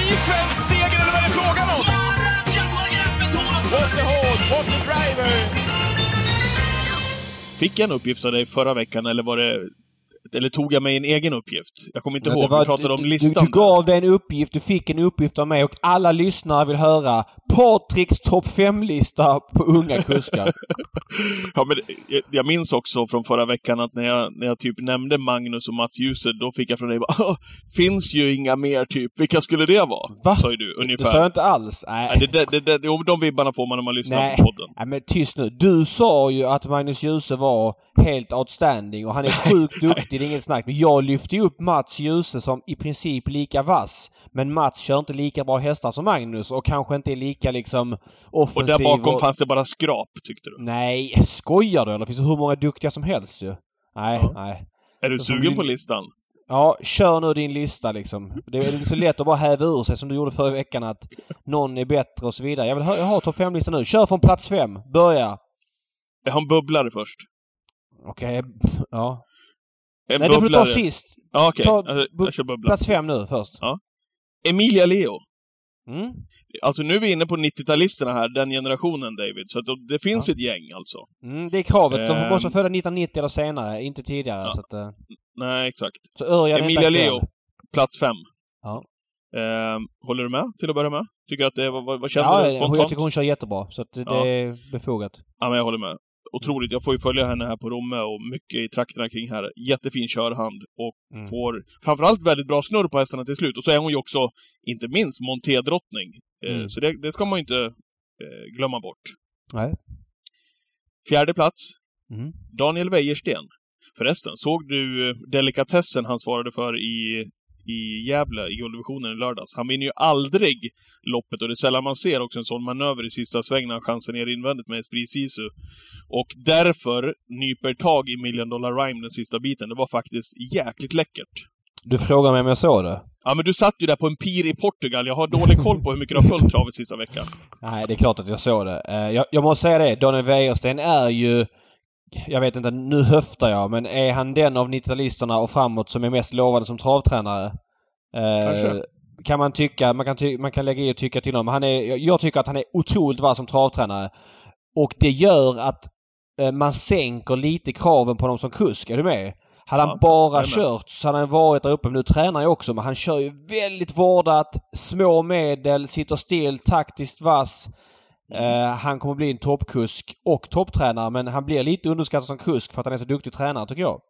ny svensk seger eller vad är det frågan om? What the horse, what the driver! Fick jag en uppgift av dig förra veckan eller var det... Eller tog jag mig en egen uppgift? Jag kommer inte ihåg. Vi pratade om listan. Du gav dig en uppgift. Du fick en uppgift av mig och alla lyssnare vill höra Patricks topp 5-lista på unga kuskar. Ja, men jag minns också från förra veckan att när jag typ nämnde Magnus och Mats Djuse, då fick jag från dig finns ju inga mer typ. Vilka skulle det vara? Va? Sa ju du ungefär. Det sa jag inte alls. Nej. De vibbarna får man när man lyssnar på podden. Nej, men tyst nu. Du sa ju att Magnus Djuse var helt outstanding och han är sjukt duktig, det är inget snack. Men jag lyfte ju upp Mats Djuse som i princip lika vass. Men Mats kör inte lika bra hästar som Magnus och kanske inte är lika liksom offensiv. Och där bakom fanns det bara skrap, tyckte du? Nej, skojar du? Eller finns det hur många duktiga som helst ju? Nej. Är du sugen på listan? Ja, kör nu din lista liksom. Det är inte så lätt att bara häva ur sig som du gjorde förra veckan att någon är bättre och så vidare. Jag har topp 5-listan nu. Kör från plats 5. Börja. Jag har en bubblare först. Okej, ja. En nej, det får du ta sist. Ja, okej. Jag kör plats 5 nu först. Ja. Emilia Leo. Mm. Alltså nu är vi inne på 90-talisterna här, den generationen, David. Så att det finns ett gäng alltså. Det är kravet. De måste vara födda 1990 eller senare, inte tidigare. Ja. Så att, nej, exakt. Så Emilia Leo, plats 5. Ja. Håller du med till att börja med? Tycker att det vad känner du spontant? Jag tycker hon kör jättebra. Så att det är befogat. Ja, men jag håller med. Otroligt. Jag får ju följa henne här på Romme och mycket i trakterna kring här. Jättefin körhand och får framförallt väldigt bra snurr på hästarna till slut. Och så är hon ju också, inte minst, montédrottning. Så det ska man ju inte glömma bort. Nej. 4:e plats. Daniel Wäjersten. Förresten, såg du delikatessen han svarade för i Gävle i gulddivisionen i lördags? Han vinner ju aldrig loppet och det är sällan man ser också en sån manöver i sista svängen när han chansar ner invändigt med Esprit Sisu. Och därför nyper tag i $1 Million Rhyme den sista biten. Det var faktiskt jäkligt läckert. Du frågar mig om jag såg det? Ja, men du satt ju där på en pir i Portugal. Jag har dålig koll på hur mycket du har följt travet sista veckan. Nej, det är klart att jag såg det. Jag måste säga det. Daniel Wäjersten är ju... Jag vet inte, nu höftar jag, men är han den av 90-talisterna och framåt som är mest lovande som travtränare? Kan man tycka, man kan lägga i och tycka till honom. Jag tycker att han är otroligt bra som travtränare. Och det gör att man sänker lite kraven på dem som kusk. Är du med? Hade han bara kört så hade han varit där uppe. Men nu tränar jag också, men han kör ju väldigt vårdat, små medel, sitter still, taktiskt vass. Han kommer bli en toppkusk och topptränare, men han blir lite underskattad som kusk för att han är så duktig tränare, tycker jag.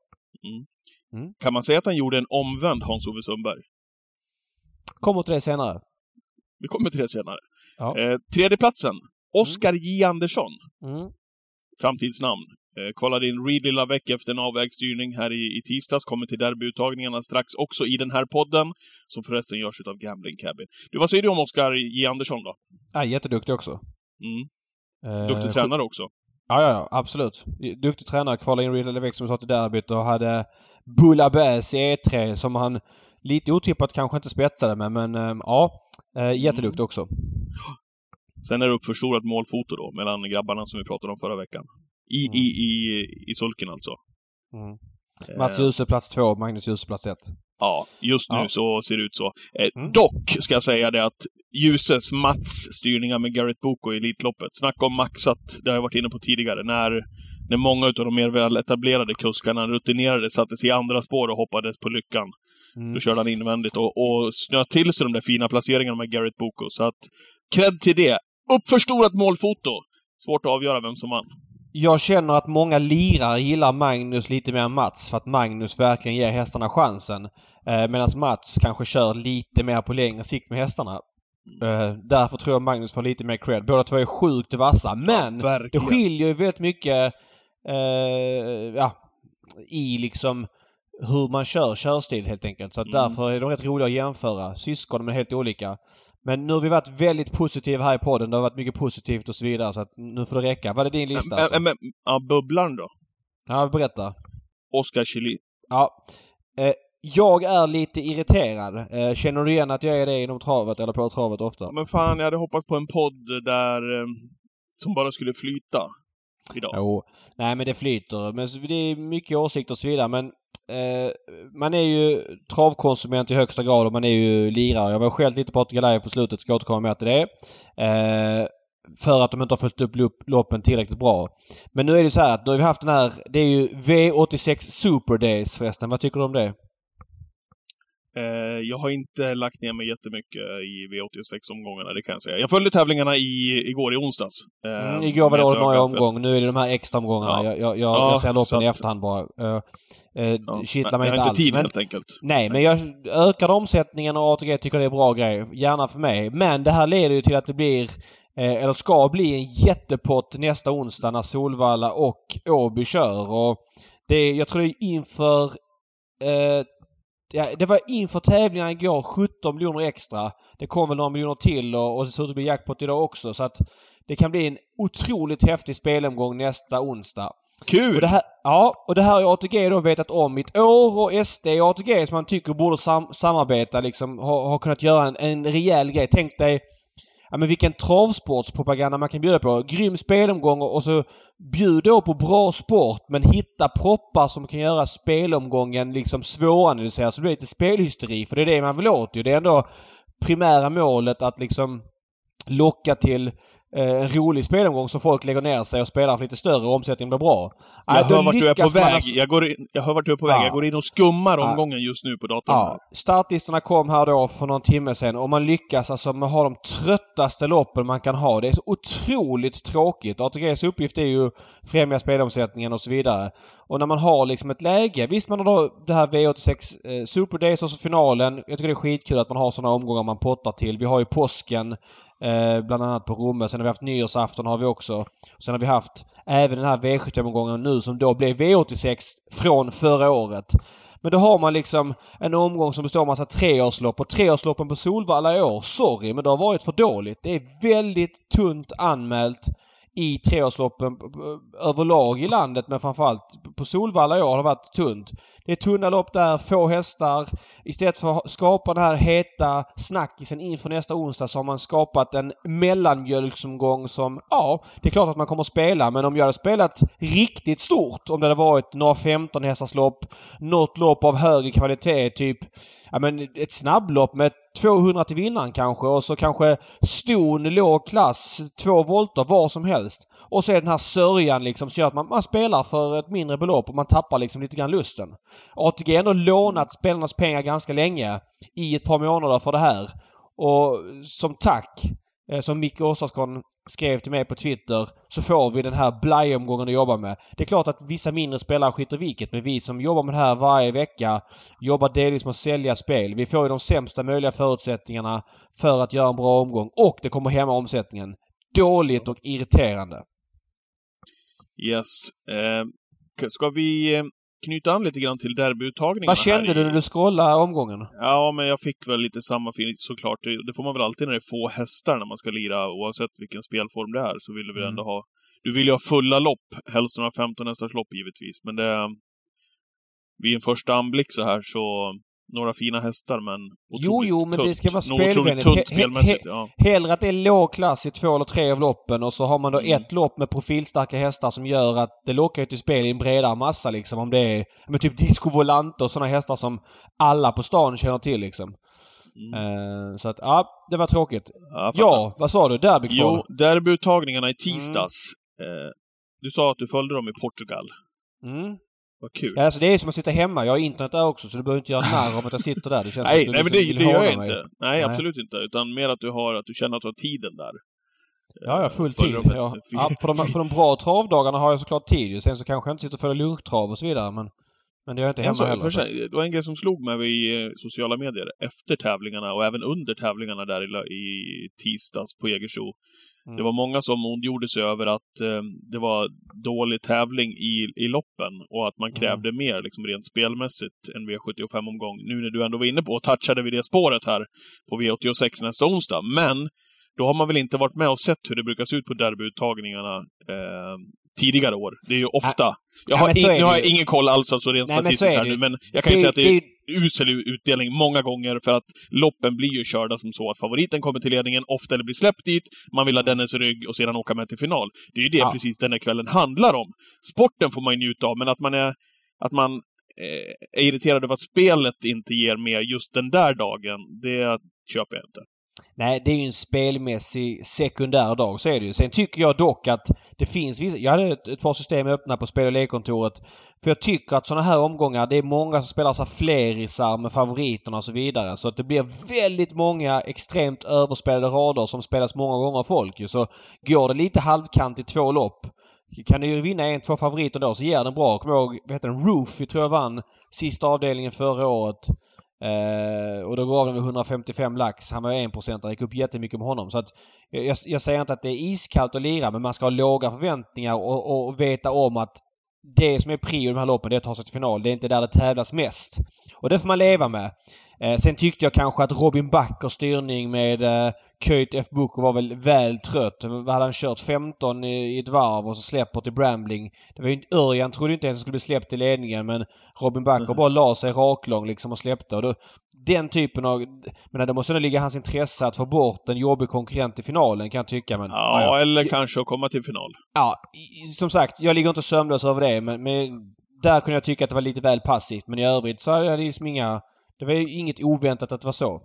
Kan man säga att han gjorde en omvänd Hans-Ove Sundberg? Kommer till det senare. Vi kommer till det senare. Ja. 3:e platsen. Oskar J. Andersson. Framtidsnamn. Kvalade in Reed Lavec efter en avvägstyrning här i tisdags. Kommer till derbyuttagningarna strax också i den här podden. Som förresten görs av Gambling Cabin. Du, vad säger du om Oskar J. Andersson då? Ja, jätteduktig också. Duktig tränare också. Ja, absolut. Duktig tränare. Kvalade in Reed Lavec som sa till derbyt och hade Bullabäs i E3 som han lite otippat kanske inte spetsade med. Men jätteduktig också. Sen är det uppförstorat målfoto då mellan grabbarna som vi pratade om förra veckan. I sulken alltså. Mats Djuse plats 2, Magnus Djuse plats 1. Ja, just nu så ser det ut så. Dock ska jag säga det att Djuses Mats styrningar med Garrett Boko i Elitloppet. Snacka om maxat, det har jag varit inne på tidigare. När många av de mer väl etablerade kuskarna rutinerade satte sig i andra spår och hoppades på lyckan. Då körde han invändigt och snöt till sig de där fina placeringarna med Garrett Boko. Så att, cred till det. Uppförstorat målfoto. Svårt att avgöra vem som vann. Jag känner att många lirare gillar Magnus lite mer än Mats för att Magnus verkligen ger hästarna chansen. Medan Mats kanske kör lite mer på längre sikt med hästarna. Därför tror jag Magnus får lite mer cred. Båda två är sjukt vassa. Men det skiljer ju väldigt mycket i liksom hur man körstil helt enkelt. Så därför är de rätt roliga att jämföra. Syskon är helt olika. Men nu har vi varit väldigt positiva här i podden. Det har varit mycket positivt och så vidare. Så att nu får det räcka. Vad är din lista? Bubblaren då? Ja, berätta. Oskar Chili. Ja. Jag är lite irriterad. Känner du igen att jag är det inom travet eller på travet ofta? Men fan, jag hade hoppats på en podd där som bara skulle flyta idag. Jo. Nej, men det flyter. Men det är mycket åsikter och så vidare. Men man är ju travkonsument i högsta grad och man är ju lirare. Jag var själv lite på Portugal på slutet, ska återkomma med till det. För att de inte har följt upp loppen tillräckligt bra. Men nu är det så här att då har vi haft den här, det är ju V86 Super Days förresten. Vad tycker du om det? Jag har inte lagt ner mig jättemycket i V86-omgångarna, det kan jag säga. Jag följde tävlingarna igår i onsdags. Igår var det ordinarie omgång. Nu är det de här extra omgångarna. Ja. Jag ser loppen i efterhand bara. Kittlar mig inte alls. Tid, helt enkelt. Nej, men jag ökar omsättningen och ATG tycker det är bra grej. Gärna för mig. Men det här leder ju till att det blir eller ska bli en jättepott nästa onsdag när Solvalla och Åby kör. Och jag tror det är inför det var inför tävlingarna igår 17 miljoner extra. Det kom väl några miljoner till och det ser ut att bli jackpot idag också. Så att det kan bli en otroligt häftig spelomgång nästa onsdag. Kul! Och det här har ATG då vetat om i ett år och SD och ATG som man tycker borde samarbeta liksom har kunnat göra en rejäl grej. Tänk dig men vilken travsportspropaganda man kan bjuda på. Grym spelomgång och så bjud då på bra sport men hitta proppar som kan göra spelomgången liksom svåranalyserad så det blir lite spelhysteri. För det är det man vill åt ju. Det är ändå primära målet att liksom locka till en rolig spelomgång så folk lägger ner sig och spelar för lite större och omsättningen blir bra. Jag hör vart du är på väg. Jag hör vart du är på väg. Jag går in och skummar omgången just nu på datorn. Ja. Startlistorna kom här då för någon timme sedan och man lyckas alltså med att ha de tröttaste loppen man kan ha. Det är så otroligt tråkigt. ATGs uppgift är ju främja spelomsättningen och så vidare. Och när man har liksom ett läge, visst man har då det här V86 Super Days och så finalen. Jag tycker det är skitkul att man har sådana omgångar man pottar till. Vi har ju påsken bland annat på Romme. Sen har vi haft nyårsafton har vi också. Sen har vi haft även den här V75-omgången nu som då blev V86 från förra året. Men då har man liksom en omgång som består av massa treårslopp och treårsloppen på Solvalla i år. Sorry, men det har varit för dåligt. Det är väldigt tunt anmält i treårsloppen överlag i landet men framförallt på Solvalla i år har det varit tunt. Det är tunna lopp där, få hästar. Istället för att skapa den här heta snackisen inför nästa onsdag så har man skapat en mellanmjölksomgång som, det är klart att man kommer att spela men om jag hade spelat riktigt stort, om det hade varit några 15 hästars lopp, något lopp av högre kvalitet, typ ett snabblopp med 200 till vinnaren kanske och så kanske ston, låg klass, 2 volter, vad som helst. Och så är den här sörjan liksom så gör att man spelar för ett mindre belopp och man tappar liksom lite grann lusten. ATG har ändå lånat spelarnas pengar ganska länge i ett par månader för det här. Och som tack, som Micke Oskarsson skrev till mig på Twitter, så får vi den här blajomgången att jobba med. Det är klart att vissa mindre spelare skiter viket, men vi som jobbar med det här varje vecka jobbar delvis med att sälja spel. Vi får ju de sämsta möjliga förutsättningarna för att göra en bra omgång och det kommer hämma omsättningen. Dåligt och irriterande. Yes. Ska vi knyta an lite grann till derbyuttagningarna? Vad kände du när du scrollade omgången? Ja, men jag fick väl lite samma feeling såklart. Det får man väl alltid när det är få hästar när man ska lira, oavsett vilken spelform det är, så vill du ändå ha... Du vill ju ha fulla lopp, helst några 15 hästars lopp givetvis, men det... Vid en första anblick så här så... Några fina hästar, men Jo, men det ska vara spelvänligt. Hellre att det är låg klass i 2 eller 3 av loppen och så har man då ett lopp med profilstarka hästar som gör att det lockar till spel i en bredare massa liksom. Om det är med typ Disco Volante och sådana hästar som alla på stan känner till liksom. Så att, det var tråkigt. Vad sa du? Jo, derbyuttagningarna i tisdags. Du sa att du följde dem i Portugal. Vad kul. Ja, alltså det är som att sitta hemma. Jag har internet där också så du behöver inte göra narr om att jag sitter där. Det känns nej, som men det gör jag inte. Nej, absolut inte. Utan mer att du känner att du har tiden där. Ja, full tid. För de bra travdagarna har jag såklart tid. Sen så kanske jag inte sitter och följer lunchtrav och så vidare. Men det är jag inte hemma heller. Det var en grej som slog mig i sociala medier efter tävlingarna och även under tävlingarna där i tisdags på Jägersro. Det var många som ondgjorde sig över att det var dålig tävling i loppen och att man krävde mer liksom rent spelmässigt än V75-omgång. Nu när du ändå var inne på och touchade vid det spåret här på V86 nästa onsdag. Men då har man väl inte varit med och sett hur det brukar se ut på derbyuttagningarna tidigare år. Det är ju ofta... Nu har jag ingen koll alls alltså rent statistiskt här nu, men jag kan ju säga att det är usel utdelning många gånger för att loppen blir ju körda som så att favoriten kommer till ledningen ofta eller blir släppt dit, man vill ha dennes rygg och sedan åka med till final. Det är ju det precis den här kvällen handlar om. Sporten får man ju njuta av, men att man är irriterad över att spelet inte ger mer just den där dagen, det köper jag inte. Nej, det är ju en spelmässig sekundär dag, så är det ju. Sen tycker jag dock att det finns vissa... Jag hade ett par system öppna på spel- och lekkontoret. För jag tycker att sådana här omgångar, det är många som spelar så flerisar med favoriterna och så vidare. Så att det blir väldigt många extremt överspelade rader som spelas många gånger av folk. Så går det lite halvkant i 2 lopp, kan du ju vinna 1-2 favoriter då, så ger den bra. Kommer ihåg, vad heter den? Roof, jag tror jag vann sista avdelningen förra året. Och då gav de 155 lax. Han var 1%. Det gick upp jättemycket med honom. Så att jag säger inte att det är iskallt att lira, men man ska ha låga förväntningar och veta om att det som är prio i de här loppen, det är att ta sig till final. Det är inte där det tävlas mest. Och det får man leva med. Sen tyckte jag kanske att Robin Backers styrning med Köjt F. Boko var väl trött. Hade han kört 15 i ett varv och så släpper till Brambling. Det var ju inte Örjan, trodde inte ens att skulle bli släppt i ledningen, men Robin Backer bara la sig raklång liksom och släppte. Och då, den typen av... Men det måste nog ligga i hans intresse att få bort en jobbig konkurrent i finalen, kan jag tycka. Men, ja, eller kanske att komma till final. Ja, som sagt, jag ligger inte sömnlös över det, men där kunde jag tycka att det var lite väl passivt. Men i övrigt så är det liksom inga... Det var ju inget oväntat att det var så.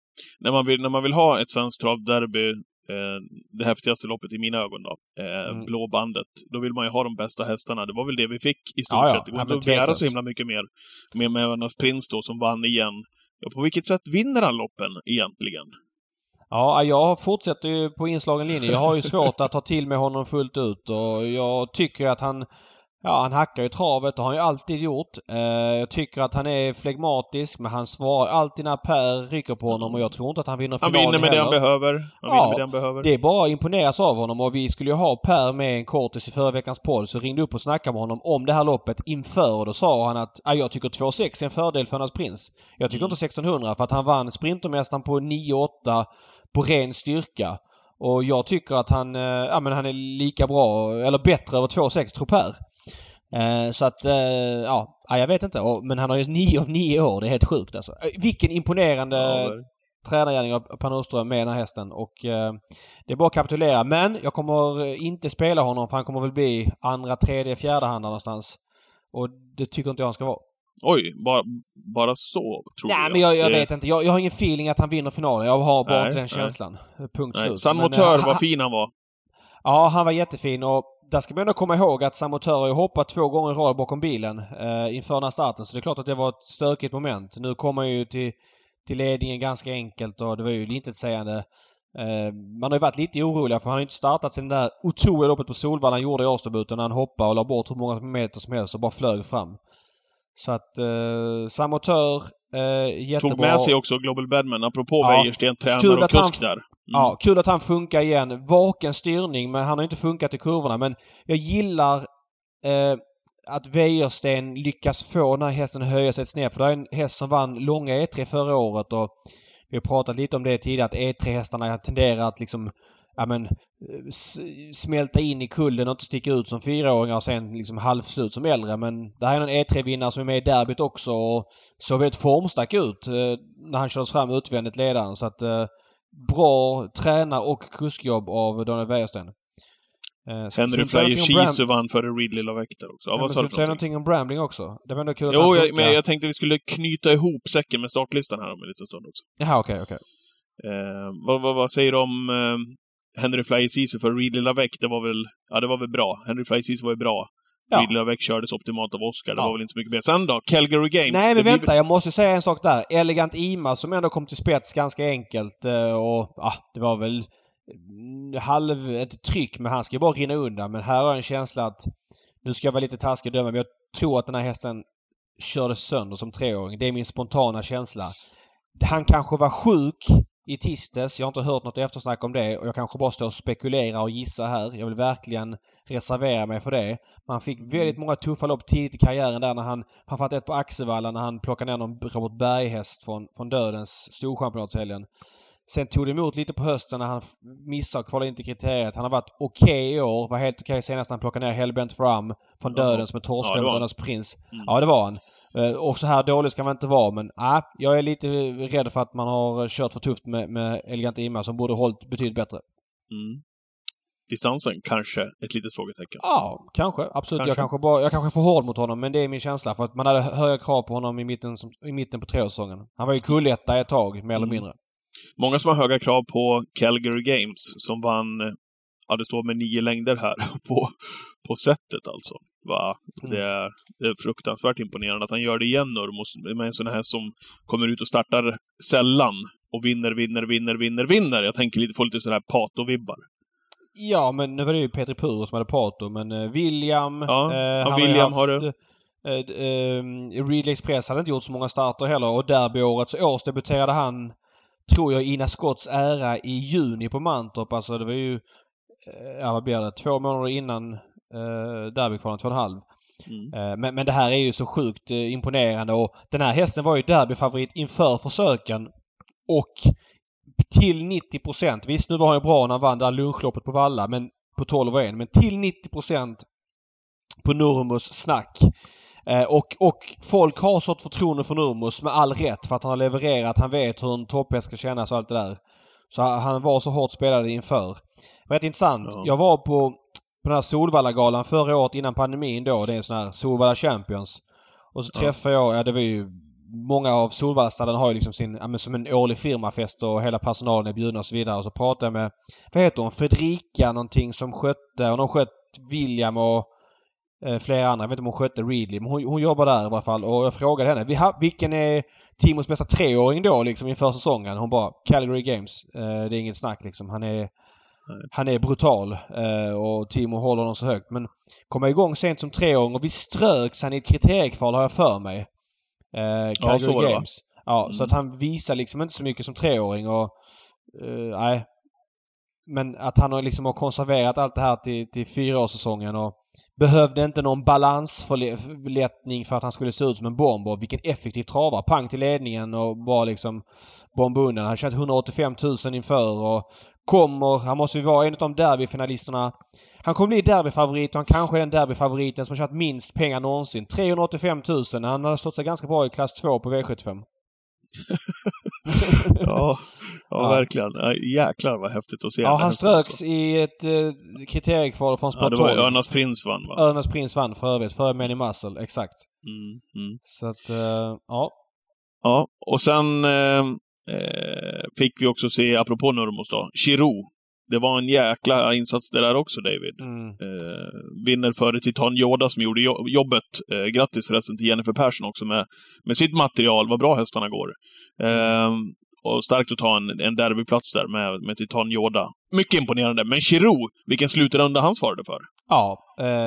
När man vill ha ett svenskt travderby, det häftigaste loppet i mina ögon då, blå bandet, då vill man ju ha de bästa hästarna. Det var väl det vi fick i stort sett. Det går inte att begära så himla mycket mer. Med Önas Prins då, som vann igen. Ja, på vilket sätt vinner han loppen egentligen? Ja, jag fortsätter ju på inslagen linje. Jag har ju svårt att ta till med honom fullt ut, och jag tycker att han hackar ju travet, och har han ju alltid gjort. Jag tycker att han är flegmatisk, men han svarar alltid när Per rycker på honom, och jag tror inte att han vinner finalen heller. Han vinner med det han behöver. Det är bara att imponeras av honom, och vi skulle ju ha Per med en kortis i förra veckans podd, så ringde upp och snackade med honom om det här loppet inför, och då sa han att jag tycker 2,6 är en fördel för Önas Prins. Jag tycker inte 1600, för att han vann Sprintermästaren på 9,8 på ren styrka. Och jag tycker att han är lika bra, eller bättre över 2,6 tror Per. Så att, jag vet inte. Men han har ju 9 av 9 år. Det är helt sjukt alltså. Vilken imponerande tränargärning av Per Nordström med den här hästen. Och det är bara att kapitulera. Men jag kommer inte spela honom, för han kommer väl bli andra, tredje, fjärde handlar någonstans. Och det tycker inte jag han ska vara. Oj, bara så tror jag. Nej, men jag vet inte. Jag har ingen feeling att han vinner finalen. Jag har bara inte den känslan. Punkt slut. Samotör, vad fin han var. Ja, han var jättefin, och där ska man ändå komma ihåg att Samotör har ju hoppat 2 gånger i rad bakom bilen inför den här starten. Så det är klart att det var ett stökigt moment. Nu kommer han ju till ledningen ganska enkelt, och det var ju intetsägande. Man har ju varit lite orolig, för han har ju inte startat sin där otroliga loppet på Solvalla han gjorde i Årsdebuten, när han hoppade och la bort hur många meter som helst och bara flög fram. Så att Samotör, jättebra. Tog med sig också Global Badman, apropå Wäjersten, tränare och kusk där. Ja, kul att han funkar igen. Vaken styrning, men han har inte funkat i kurvorna. Men jag gillar att Wäjersten lyckas få den här hästen att höja sig ett snäpp. För det är en häst som vann långa E3 förra året, och vi har pratat lite om det tidigare, att E3-hästarna tenderar att liksom smälta in i kullen och inte sticka ut som 4-åringar och sen liksom halvslut som äldre. Men det här är en E3-vinnare som är med i derbyt också, och såg väldigt formstark ut när han kördes fram utvändigt ledaren. Så att bra tränar- och kuskjobb av Daniel Wäjersten. Henry Flyer vann före Ridley Lavector också. Ja, ska du säga någonting om Brambling också? Det var ändå kul att men jag tänkte vi skulle knyta ihop säcken med startlistan här om en liten stund också. Jaha, okej. Vad säger du om Henry Flyer Sisu för Ridley Lavector? Det var väl bra. Henry Flyer Sisu var ju bra. Ja. Ridley Lavector kördes optimalt av Oscar. Det var väl inte så mycket mer. Sen då, Calgary Games. Nej, men vänta. Jag måste säga en sak där. Elegant Ima som ändå kom till spets ganska enkelt. Och det var väl ett tryck, men han ska ju bara rinna undan. Men här har jag en känsla att, nu ska jag vara lite taskig och döma, men jag tror att den här hästen kördes sönder som 3-åring. Det är min spontana känsla. Han kanske var sjuk i tisdags. Jag har inte hört något eftersnack om det, och jag kanske bara står och spekulerar och gissar här. Jag vill verkligen reservera mig för det. Man fick väldigt många tuffa lopp tidigt i karriären där, när han fått ett på Axevalla när han plockade ner någon Robert Berg-häst från dödens storchampionatshelgen. Sen tog det emot lite på hösten när han missade att kvala in till kriteriet. Han har varit okej i år. Var helt okej senast när han plockade ner Hellbent Fram från dödens med Torsten och Önas Prins. Ja, det var han. Och så här dålig ska man inte vara, men jag är lite rädd för att man har kört för tufft med Elegant Ima, som borde hållit betydligt bättre. distansen kanske ett litet frågetecken. Ja, kanske. Absolut. Kanske. Jag kanske får hård mot honom, men det är min känsla. För att man hade höga krav på honom i mitten på treårssäsongen. Han var ju kulletta ett tag, mer eller mindre. Många som har höga krav på Calgary Games som vann, det står med 9 längder här på sättet alltså. Det är fruktansvärt imponerande att han gör det igen nu med en sån här som kommer ut och startar sällan och vinner. Jag tänker få lite sådär pato-vibbar. Ja, men nu var det ju Petri Puro som hade pato, men William... William har du. Ridley Express hade inte gjort så många starter heller, och derbyåret så årsdebuterade han, tror jag, Ina Scotts ära i juni på Mantorp. Alltså det var ju, vad blir det, 2 månader innan derbykvalet, 2,5. Men det här är ju så sjukt imponerande, och den här hästen var ju derbyfavorit inför försöken och till 90%. Visst, nu var han ju bra när han vann där lunchloppet på Valla, men på 12,1. Men till 90% på Nurmos snack. Och folk har sånt förtroende för Nurmos med all rätt, för att han har levererat. Han vet hur en topphäst ska kännas och allt det där. Så han var så hårt spelad inför. Det var rätt intressant. Ja. Jag var på den här Solvalla-galan förra året innan pandemin då. Det är en sån här Solvalla Champions. Och så träffade jag, det var ju många av Solvallastaden har ju liksom sin, som en årlig firmafest och hela personalen är bjudna och så vidare. Och så pratade jag med, vad heter hon? Fredrika någonting som skötte, och de skött William och flera andra. Jag vet inte om hon skötte Ridley, men hon jobbar där i alla fall. Och jag frågade henne, vilken är Timos bästa 3-åring då liksom inför säsongen? Hon bara, Calgary Games. Det är inget snack liksom. Han är brutal och Timo håller honom så högt. Men kommer igång sent som 3-åring och vi ströks han i ett kriteriekval, har jag för mig. Calgary Games. Ja, så att han visar liksom inte så mycket som 3-åring och nej. Men att han har konserverat allt det här till 4-årssäsongen och behövde inte någon balansförlättning för att han skulle se ut som en bomb. Och vilken effektiv travare. Pang till ledningen och bara liksom bomba undan. Han har kört 185 000 inför och han måste ju vara en av de derbyfinalisterna. Han kommer bli derbyfavorit och han kanske är den derbyfavoriten som har kört minst pengar någonsin. 385 000. Han har stått sig ganska bra i klass 2 på V75. ja, verkligen. Jäklar vad häftigt att se. Ja, han ströks i ett kriteriekval från Sport 12. Det var Örnas Prins vann, va? Örnas Prins vann för övrigt. För Many Muscle, exakt. Så att, ja. Ja, och sen fick vi också se, apropå Nurmos då, Giroud. Det var en jäkla insats det där också, David. Vinner före Titan Yoda som gjorde jobbet. Grattis förresten till Jennifer Persson också med sitt material. Vad bra hästarna går. Och starkt att ta en derbyplats där med Titan Yoda. Mycket imponerande. Men Giroud, vilken slutrunda han svarade för? Ja,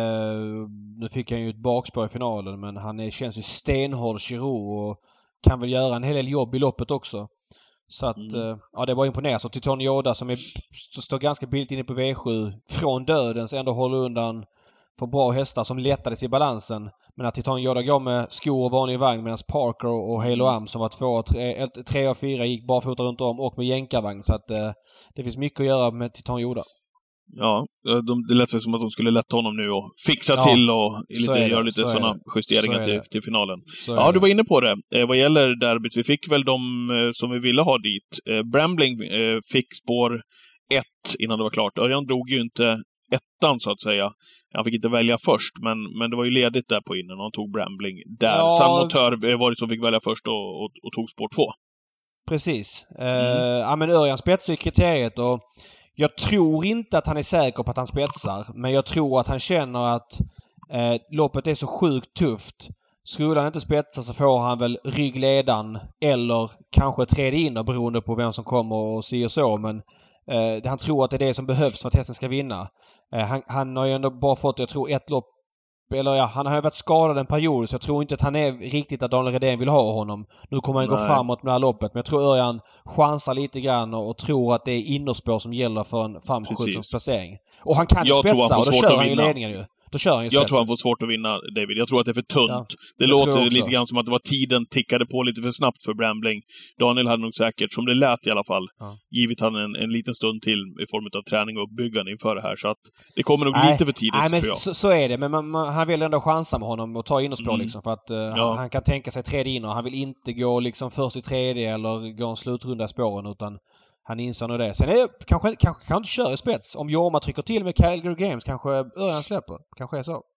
nu fick han ju ett bakspår i finalen, men han känns ju stenhård Giroud och kan väl göra en hel del jobb i loppet också. Så att, ja, det var imponerande. Så Titan Yoda som står ganska billigt inne på V7 från döden, så ändå håller undan för bra hästar som lättades i balansen. Men att Titan Yoda går med skor och vanlig vagn, medan Parker och Halo Am som var 3 och 4 gick barfota runt om och med jänkarvagn. Så att det finns mycket att göra med Titan Yoda. Ja, det lät som att de skulle lätta honom nu och fixa till och göra lite sådana justeringar till finalen. Ja, du var inne på det. Vad gäller derbyt, vi fick väl de som vi ville ha dit. Brambling fick spår 1 innan det var klart. Örjan drog ju inte 1:an så att säga. Han fick inte välja först, men det var ju ledigt där på innan och han tog Brambling där. Ja. Samotör var det som fick välja först och tog spår 2. Precis. Ja, men Örjan spetsar i kriteriet och jag tror inte att han är säker på att han spetsar, men jag tror att han känner att loppet är så sjukt tufft. Skulle han inte spetsa så får han väl ryggledan eller kanske tredje in beroende på vem som kommer och så. Men han tror att det är det som behövs för att hästen ska vinna. Han har ju ändå bara fått, jag tror, ett lopp. Eller ja, han har ju varit skadad en period, så jag tror inte att han är riktigt att Daniel Redén vill ha honom. Nu kommer han gå framåt med det här loppet. Men jag tror Örjan chansar lite grann och tror att det är innerspår som gäller för en framskjutens placering. Och han kan spetsa och då kör han ju ledningen ju. Jag tror han får svårt att vinna, David. Jag tror att det är för tunt. Ja, det låter lite grann som att det var tiden tickade på lite för snabbt för Brambling. Daniel hade nog säkert, som det lät i alla fall, givit han en liten stund till i form av träning och uppbyggande inför det här. Så att det kommer nog lite för tidigt, men tror jag. Så är det. Men han vill ändå chansa med honom och ta innerspår liksom. För att han kan tänka sig tredje in och han vill inte gå liksom först i tredje eller gå en slutrunda i spåren, utan Han inser nog det. Sen är det kanske inte köra i spets. Om Jorma trycker till med Calgary Games kanske Örjan släpper. Kanske är så.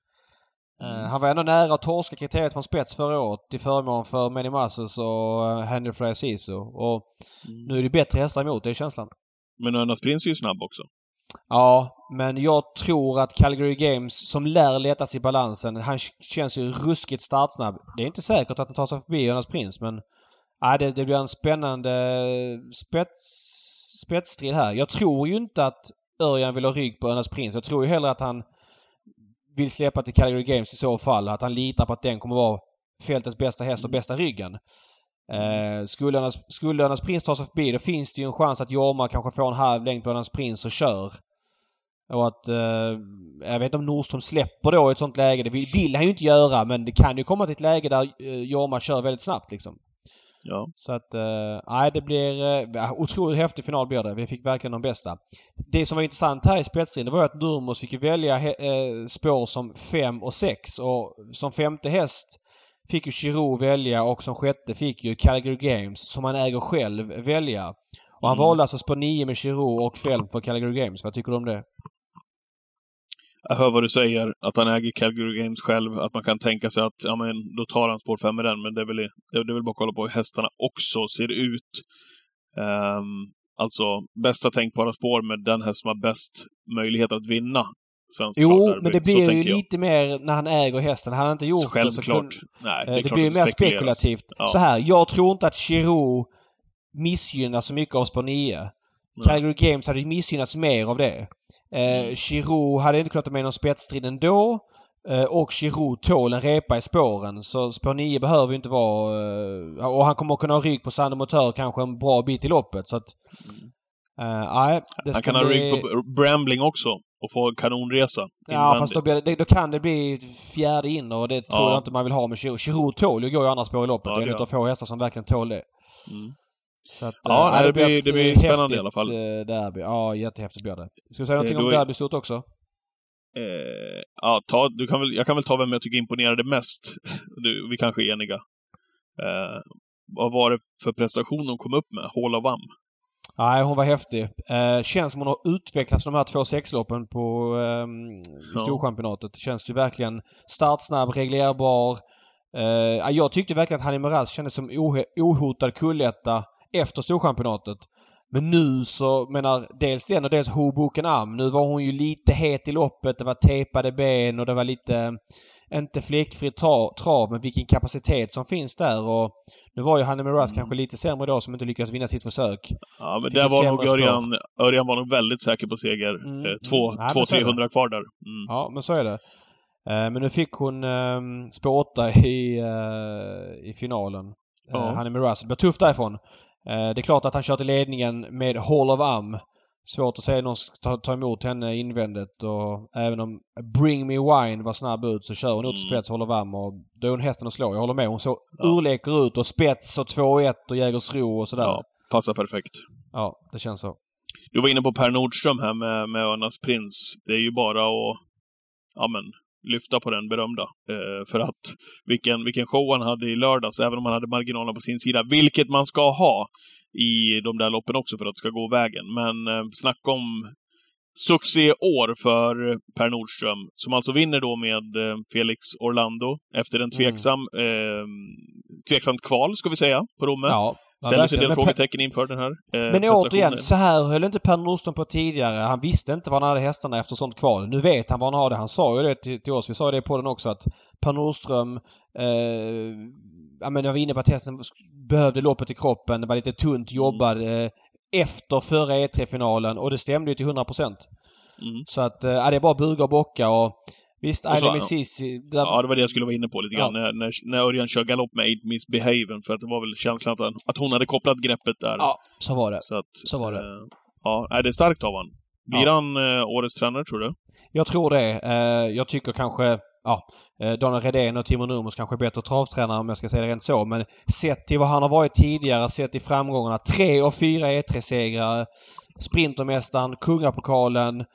Han var ändå nära att torska kriteriet från spets förra året till förmån för Manny Muscles och Henry Fraziso. Och nu är det bättre hästar emot, det är känslan. Men Örnas Prins är ju snabb också. Ja, men jag tror att Calgary Games, som lär letas i balansen, han känns ju ruskigt startsnabb. Det är inte säkert att han tar sig förbi Örnas Prins, men det blir en spännande spetsstrid här. Jag tror ju inte att Örjan vill ha rygg på Örnas Prins. Jag tror ju hellre att han vill släppa till Calgary Games i så fall. Att han litar på att den kommer vara fältets bästa häst och bästa ryggen. Skulle Örnas Prins ta sig förbi, då finns det ju en chans att Jorma kanske får en halv längd på Örnas Prins och kör. Och att jag vet inte om Nordström släpper då i ett sånt läge. Det vill han ju inte göra, men det kan ju komma till ett läge där Jorma kör väldigt snabbt liksom. Ja. Så att det blir otroligt häftig final blir det. Vi fick verkligen de bästa. Det som var intressant här i spetsstriden var att Durmos fick välja spår som 5 och 6 och som femte häst fick ju Giroux välja och som sjätte fick ju Calgary Games som han äger själv välja. Och han valde alltså spår 9 med Giroux och Fälm för Calgary Games. Vad tycker du om det? Jag hör vad du säger, att han äger Calgary Games själv, att man kan tänka sig att då tar han spår 5 med den, men det är väl bara att kolla på hur hästarna också ser ut. Alltså, bästa tänkbara spår med den häst som har bäst möjlighet att vinna svensk travderby. Men det blir ju lite mer när han äger hästen. Han har inte gjort självklart. Det blir mer spekulativt. Ja. Så här, jag tror inte att Giroux missgynnas så mycket av spår 9. Calgary Games hade missgynnats mer av det. Giroux hade inte kunnat ta med någon spetsstrid ändå. Och Giroux tål en repa i spåren. Så spår 9 behöver ju inte vara... och han kommer att kunna ha rygg på Sand och Motör kanske en bra bit i loppet. Så att... han kan ha rygg på Brambling också. Och få kanonresa. Ja, fast då kan det bli fjärde in. Och det tror jag inte man vill ha med Giroux. Giroux tål ju gå i andra spår i loppet. Det är en av få hästar som verkligen tål det. Så att, det blir spännande i alla fall. Derby. Ja, jättehäftigt blir det. Ska du säga någonting om derbystort också? Jag kan väl ta vem jag tycker imponerade mest. Vi kanske är eniga. Vad var det för prestation hon kom upp med? Hall of Am. Nej, hon var häftig. Känns som hon har utvecklats de här 2-6-loppen på storchampionatet. Det känns ju verkligen startsnabb, reglerbar. Jag tyckte verkligen att Hanni Miraz kändes som ohotad kulletta efter storchampionatet. Men nu så dels den och dels Hoboken Am. Nu var hon ju lite het i loppet. Det var tejpade ben och det var lite inte fläckfri trav, men vilken kapacitet som finns där. Och nu var ju Hanni Miraz kanske lite sämre då som inte lyckades vinna sitt försök. Ja, men där var nog Örjan var nog väldigt säker på seger. 200-300 kvar där. Ja, men så är det. Men nu fick hon spår 8 i finalen. Hanni Miraz. Det blir tufft därifrån. Det är klart att han kör till ledningen med Hall of Am. Svårt att säga någon ska ta emot henne invändigt. Och även om Bring Me Wine var snabb ut så kör hon ut spets Hall of Am. Och då är hon hästen att slå. Jag håller med. Hon så urleker ut och spets och 2-1 och Jägersro och sådär. Ja, passar perfekt. Ja, det känns så. Du var inne på Per Nordström här med Örnas Prins. Det är ju bara att lyfta på den berömda. För att vilken show han hade i lördags, även om han hade marginalerna på sin sida. Vilket man ska ha i de där loppen också för att det ska gå vägen. Men snacka om succéår för Per Nordström. Som alltså vinner då med Felix Orlando efter en tveksamt kval, ska vi säga, på Romme. Ja. Ställer sig en del frågetecken inför den här men återigen, så här höll inte Per Nordström på tidigare. Han visste inte vad han hade hästarna efter sånt kval. Nu vet han vad han har det. Han sa ju det till oss. Vi sa det på den också att Per Nordström jag var inne på att hästen behövde loppet i kroppen. Det var lite tunt jobbad efter förra E3-finalen och det stämde ju till 100%. Så att det är bara buga och bocka och visst, Aile Missisi... Ja, det var det jag skulle vara inne på lite grann. När Örjan kör galopp med Aid Misbehaven. För att det var väl känslan att hon hade kopplat greppet där. Ja, så var det. Så var det. Det är starkt av han. Blir han årets tränare, tror du? Jag tror det. Jag tycker kanske... Daniel Redén och Timo Nurmos kanske är bättre travtränare om jag ska säga det rent så. Men sett till vad han har varit tidigare, sett till framgångarna. 3 och 4 E3-segrar. Sprintermästaren, Kungapokalen...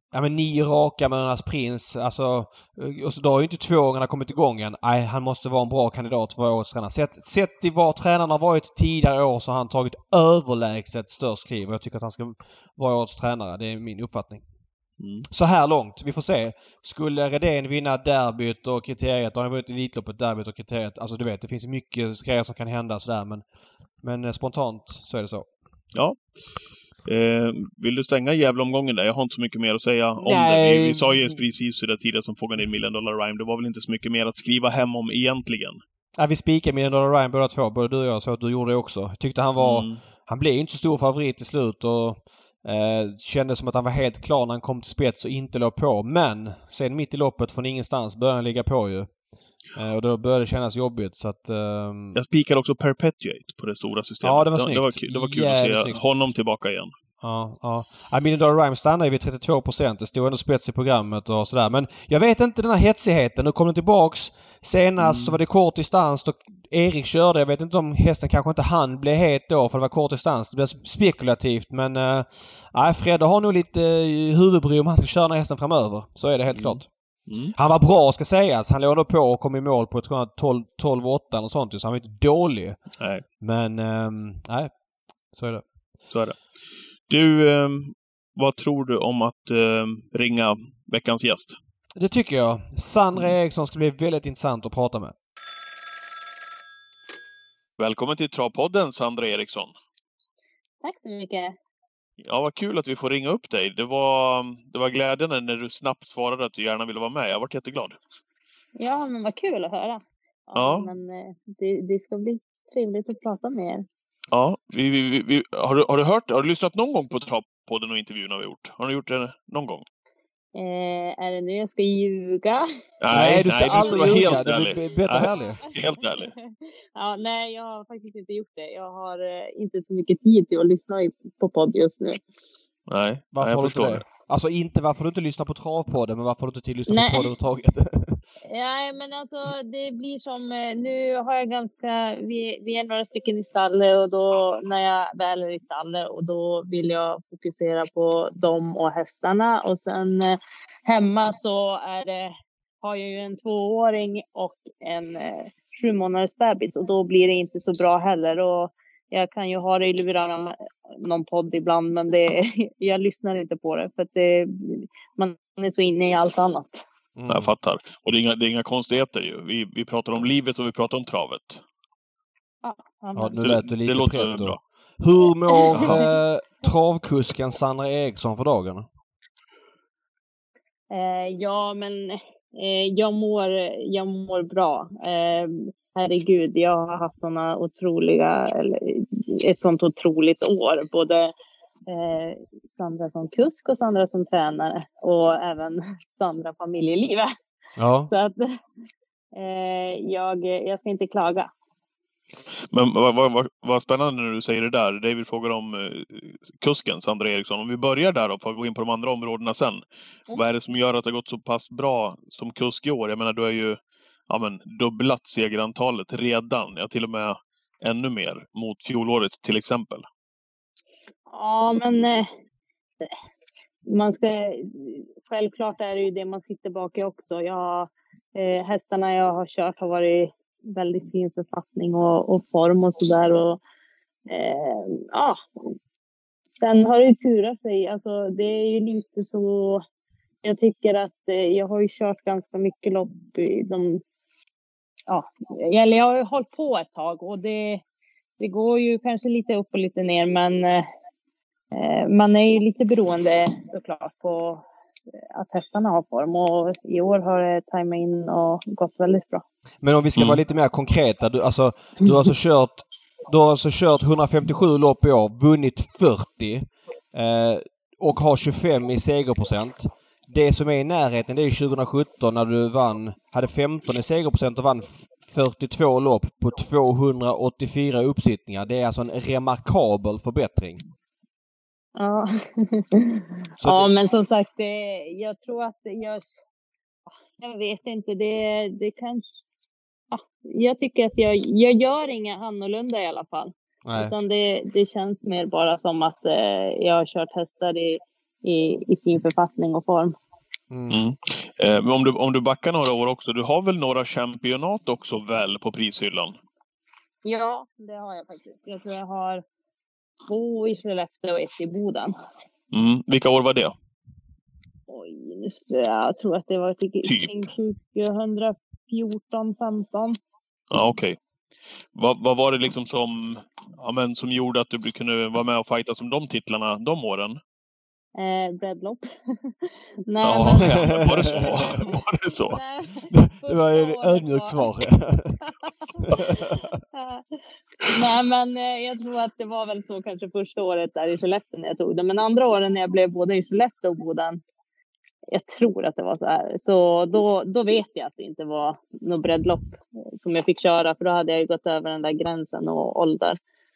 Ja, men 9 raka med Önas Prins. Alltså, och så då har ju inte 2-åringarna kommit igång än. Nej, han måste vara en bra kandidat för årets tränare. Sett till vad tränarna har varit tidigare år så har han tagit överlägset störst kliv. Och jag tycker att han ska vara årets tränare. Det är min uppfattning. Så här långt. Vi får se. Skulle Redén vinna derbyt och kriteriet, då har han vunnit Elitloppet, derbyt och kriteriet. Alltså du vet, det finns mycket grejer som kan hända sådär. Men spontant så är det så. Ja. Vill du stänga jävla-omgången där? Jag har inte så mycket mer att säga om det. Vi sa ju precis hur det tidigare som frågade in $1 Million Rhyme. Det var väl inte så mycket mer att skriva hem om egentligen. Ja, vi spikade $1 Million Rhyme båda två. Både du och jag, så att du gjorde det också. Jag tyckte han var... Han blev inte så stor favorit till slut och kändes som att han var helt klar när han kom till spets och inte låg på. Men sen mitt i loppet från ingenstans började han ligga på ju. Och då började det kännas jobbigt så att... Jag spikade också Perpetuate på det stora systemet. Ja, det var snyggt. Det var kul att se snyggt. Honom tillbaka igen. Ja. $1 Million Rhyme stannade vid 32%. Det stod ändå spets i programmet och sådär. Men jag vet inte den här hetsigheten. Nu kom den tillbaks. Senast så var det kort distans. Då Erik körde. Jag vet inte om hästen kanske inte han blev het då för det var kort distans. Det blev spekulativt. Men Fredde har nog lite huvudbry om han ska köra den här hästen framöver. Så är det helt klart. Han var bra ska sägas. Han låg då på och kom i mål på 12-8 och sånt. Så han var inte dålig. Nej. Men nej, så är det. Så är det. Du, vad tror du om att ringa veckans gäst? Det tycker jag. Sandra Eriksson ska bli väldigt intressant att prata med. Välkommen till Travpodden, Sandra Eriksson. Tack så mycket. Ja, vad kul att vi får ringa upp dig. Det var glädjande när du snabbt svarade att du gärna ville vara med. Jag har varit jätteglad. Ja, men vad kul att höra. Ja. Men det ska bli trevligt att prata med er. Ja, har du lyssnat någon gång på Travpodden och intervjuerna vi har gjort? Har du gjort det någon gång? Är det nu jag ska ljuga? Nej, du ska aldrig vara ljuga. helt Du ärlig. är bättre ärlig. Helt ärlig. Ja, nej, jag har faktiskt inte gjort det. Jag har inte så mycket tid till att lyssna på podd just nu. Nej, varför har du inte det? Alltså inte varför du inte lyssnar på Travpodden, men varför har du inte lyssnar på podd överhuvudtaget? Nej, men alltså det blir som... Nu har jag vi är några stycken i stallet och då när jag väl är i stallet och då vill jag fokusera på dem och hästarna. Och sen hemma så har jag ju en 2-åring och en 7 månaders bebis och då blir det inte så bra heller. Och jag kan ju ha det i lurarna någon podd ibland, men jag lyssnar inte på det för att man är så inne i allt annat. Jag fattar. Och det är inga konstigheter ju. Vi pratar om livet och vi pratar om travet. Ja, nu lät du lite låter bra. Hur mår travkusken Sandra Eriksson för dagen? Ja, men jag mår bra. Herregud, jag har haft ett sånt otroligt år. Både Sandra som kusk och Sandra som tränare. Och även Sandra familjelivet. Ja. Så att jag ska inte klaga. Men vad spännande när du säger det där. David frågar om kusken Sandra Eriksson. Om vi börjar där då, för att gå in på de andra områdena sen. Vad är det som gör att det har gått så pass bra som kusk i år? Jag menar, du har ju dubblat segerantalet redan. Ja, till och med ännu mer mot fjolåret till exempel. Ja, men självklart är det ju det man sitter bak i också. Hästarna jag har kört har varit väldigt fin författning och form och sådär. Och sen har det ju turat sig. Alltså det är ju lite så. Jag tycker att jag har ju kört ganska mycket lopp i jag har ju hållit på ett tag och det går ju kanske lite upp och lite ner, men man är ju lite beroende såklart på att hästarna har form och i år har det tajmat in och gått väldigt bra. Men om vi ska vara lite mer konkreta, du har alltså kört 157 lopp i år, vunnit 40 och har 25 i segerprocent. Det som är i närheten, det är 2017 när du hade 15 i segerprocent och vann 42 lopp på 284 uppsittningar. Det är alltså en remarkabel förbättring. Ja, men som sagt, jag tror att jag vet inte, det kanske... Jag tycker att jag gör inga annorlunda i alla fall. Nej. Utan det känns mer bara som att jag har kört hästar i fin författning och form. Men om du backar några år också, du har väl några championat också väl på prishyllan? Ja, det har jag faktiskt. Jag tror jag har 2 i Skellefteå och 1 i Boden. Vilka år var det? Oj, jag tror att det var kring 2014-15. Ja, okej. Vad var det liksom som gjorde att du kunde vara med och fighta som de titlarna de åren? Breadlock. Nej, ja, men var det så? Var det så? Nej, det var ju ödmjukt svar. Nej, men jag tror att det var väl så kanske första året där i Skellefteå när jag tog det. Men andra åren när jag blev både i Skellefteå och Boden, jag tror att det var så här. Så då vet jag att det inte var något breddlopp som jag fick köra. För då hade jag ju gått över den där gränsen och ålder.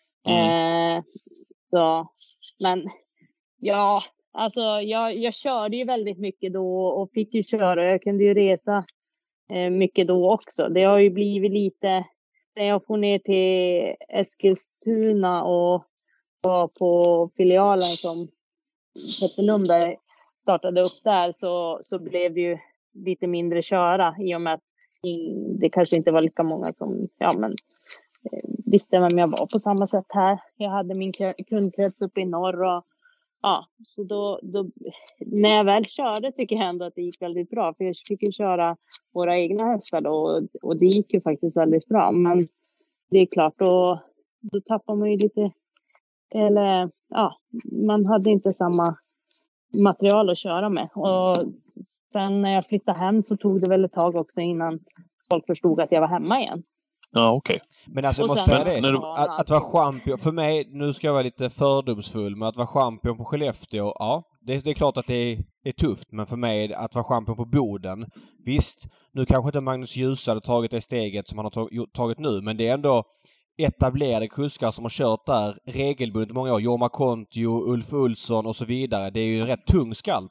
Men ja, alltså jag körde ju väldigt mycket då och fick ju köra. Jag kunde ju resa mycket då också. Det har ju blivit lite, när jag får ner till Eskilstuna och var på filialen som Petter Lundberg startade upp där, så blev det ju lite mindre köra i och med att det kanske inte var lika många som visste vem jag var på samma sätt här. Jag hade min kundkrets uppe i norr och så då när jag väl körde tycker jag ändå att det gick väldigt bra, för jag fick ju köra våra egna hästar då, och det gick ju faktiskt väldigt bra. Men det är klart, då tappar man ju lite, eller man hade inte samma material att köra med. Och sen när jag flyttade hem så tog det väl ett tag också innan folk förstod att jag var hemma igen. Ja, okej. Men alltså jag måste säga det, att vara champion, för mig, nu ska jag vara lite fördomsfull, men att vara champion på Skellefteå, det är klart att det är tufft, men för mig att vara champion på Boden, visst, nu kanske inte Magnus Djuse hade tagit det steget som han har tagit nu, men det är ändå etablerade kuskar som har kört där regelbundet många år. Jorma Kontio, Ulf Olsson och så vidare. Det är ju en rätt tung skalp.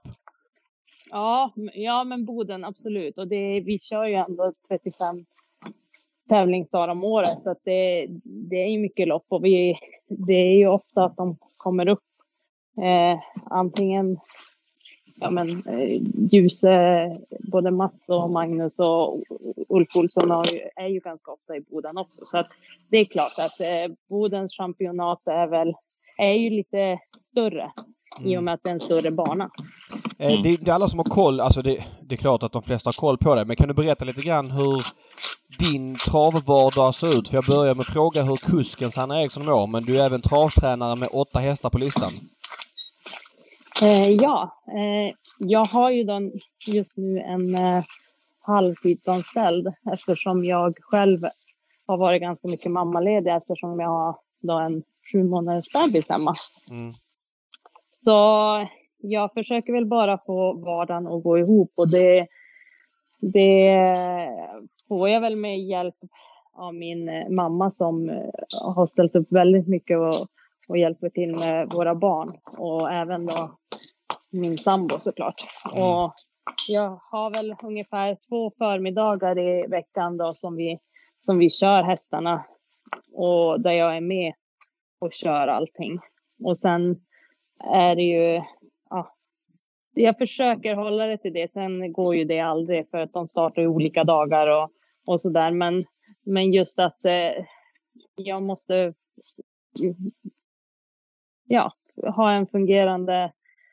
Ja, men Boden, absolut. Och vi kör ju ändå 35 tävlingsdagar om året, så att det är ju mycket lopp, och det är ju ofta att de kommer upp antingen Djuse, både Mats och Magnus och Ulf Olsson är ju ganska ofta i Boden också, så att det är klart att Bodens championat är ju lite större i och med att det är en större bana. Det är alla som har koll, alltså det är klart att de flesta har koll på det, men kan du berätta lite grann hur din travvardag ser ut? För jag börjar med att fråga hur kusken Sanna Eriksson mår, men du är även travtränare med 8 hästar på listan. Jag har ju då just nu en halvtidsanställd, eftersom jag själv har varit ganska mycket mammaledig, eftersom jag har då en 7 månaders bebis hemma. Så jag försöker väl bara få vardagen att gå ihop, och det får jag väl med hjälp av min mamma som har ställt upp väldigt mycket och hjälper till med våra barn, och även då min sambo såklart. Och jag har väl ungefär 2 förmiddagar i veckan då som vi kör hästarna, och där jag är med och kör allting. Och sen är det ju jag försöker hålla det till det. Sen går ju det aldrig, för att de startar i olika dagar och sådär. Men just att jag måste ha en fungerande...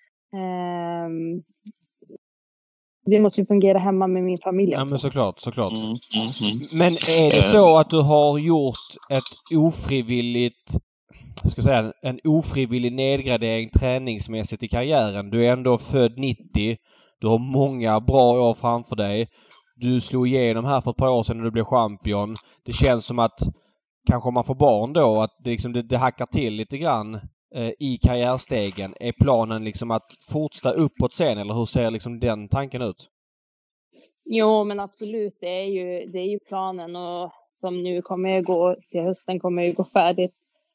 det måste ju fungera hemma med min familj också. Ja, men såklart. Men är det så att du har gjort ett ofrivilligt... ska säga, en ofrivillig nedgradering träningsmässigt i karriären? Du är ändå född 90. Du har många bra år framför dig. Du slog igenom här för ett par år sedan när du blev champion. Det känns som att kanske om man får barn då, att det hackar till lite grann i karriärstegen. Är planen liksom att fortsätta uppåt sen, eller hur ser liksom den tanken ut? Jo, men absolut. Det är ju planen, och som nu kommer jag gå till hösten, kommer jag gå färdigt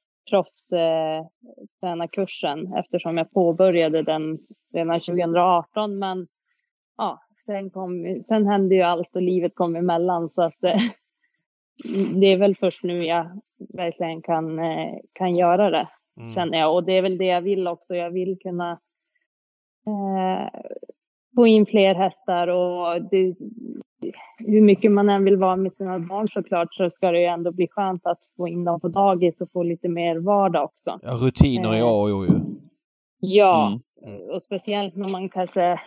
proffstränarkursen, eftersom jag påbörjade den redan 2018, men sen hände ju allt och livet kom emellan, så att det är väl först nu jag verkligen kan göra det, känner jag. Och det är väl det jag vill också. Jag vill kunna få in fler hästar och hur mycket man än vill vara med sina barn såklart så ska det ju ändå bli skönt att få in dem på dagis och få lite mer vardag också. Ja, rutiner är A och O ju. Ja, och speciellt när man kanske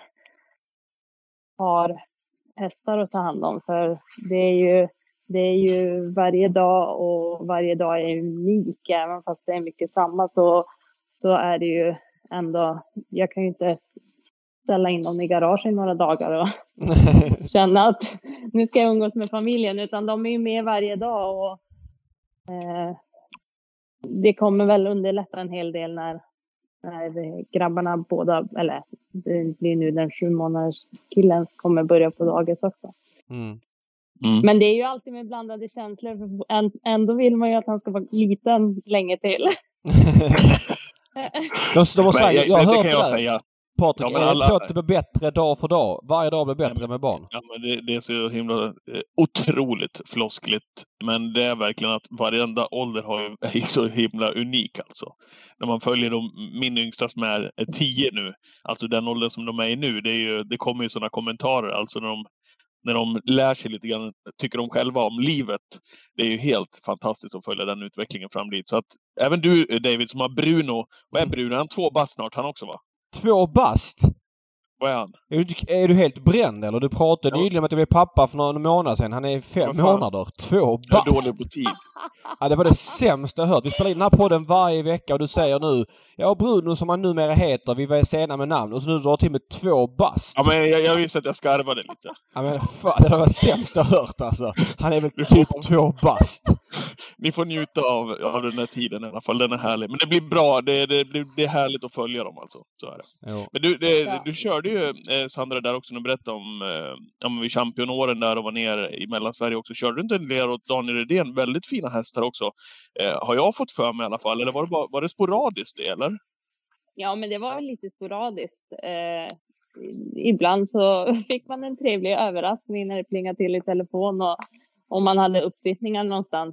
har hästar att ta hand om för det är ju varje dag och varje dag är unik. Även fast det är mycket samma så är det ju ändå, jag kan ju inte ställa in dem i garage i några dagar och känna att nu ska jag umgås med familjen, utan de är ju med varje dag och det kommer väl underlätta en hel del när grabbarna båda, eller det blir nu den 7 månaders killen kommer börja på dagis också. Men det är ju alltid med blandade känslor, för ändå vill man ju att han ska vara liten länge till. jag har hört det där. Säga. Patrik, är det så att det blir bättre dag för dag? Varje dag blir bättre med barn? Ja, men det är så himla otroligt floskligt. Men det är verkligen att varenda ålder är så himla unik alltså. När man följer min yngsta som är 10 nu, alltså den åldern som de är i nu, det kommer ju sådana kommentarer, alltså när de lär sig lite grann, tycker de själva om livet. Det är ju helt fantastiskt att följa den utvecklingen fram dit. Så att även du, David, som har Bruno, vad är Bruno? Han är 2 bast snart, han också, va? 2 bast? Vad är han? Är du helt bränd eller? Du pratade nyligen om att du blev pappa för några månader sedan. Han är 5 månader. 2 bast. Jag är dålig på tid. Ja, det var det sämsta jag hört. Vi spelar in den här podden varje vecka och du säger nu, ja, Bruno som han numera heter, vi var sena med namn, och så nu drar till med 2 bast. Ja, men jag visste att jag skarvade lite. Ja, men fan, det var sämst jag hört alltså. Han är väl typ 2 bast. Ni får njuta av den här tiden i alla fall. Den är härlig. Men det blir bra. Det är härligt att följa dem alltså. Så är det. Jo. Men du körde ju, Sandra, där också, när du berättade om vid championåren där och var ner i Mellansverige också. Körde du inte en del åt Daniel Redén? Väldigt fina hästar också. Har jag fått för mig i alla fall? Eller var det sporadiskt det, eller? Ja, men det var lite sporadiskt. Ibland så fick man en trevlig överraskning när det plingade till i telefon och om man hade uppsittningar någonstans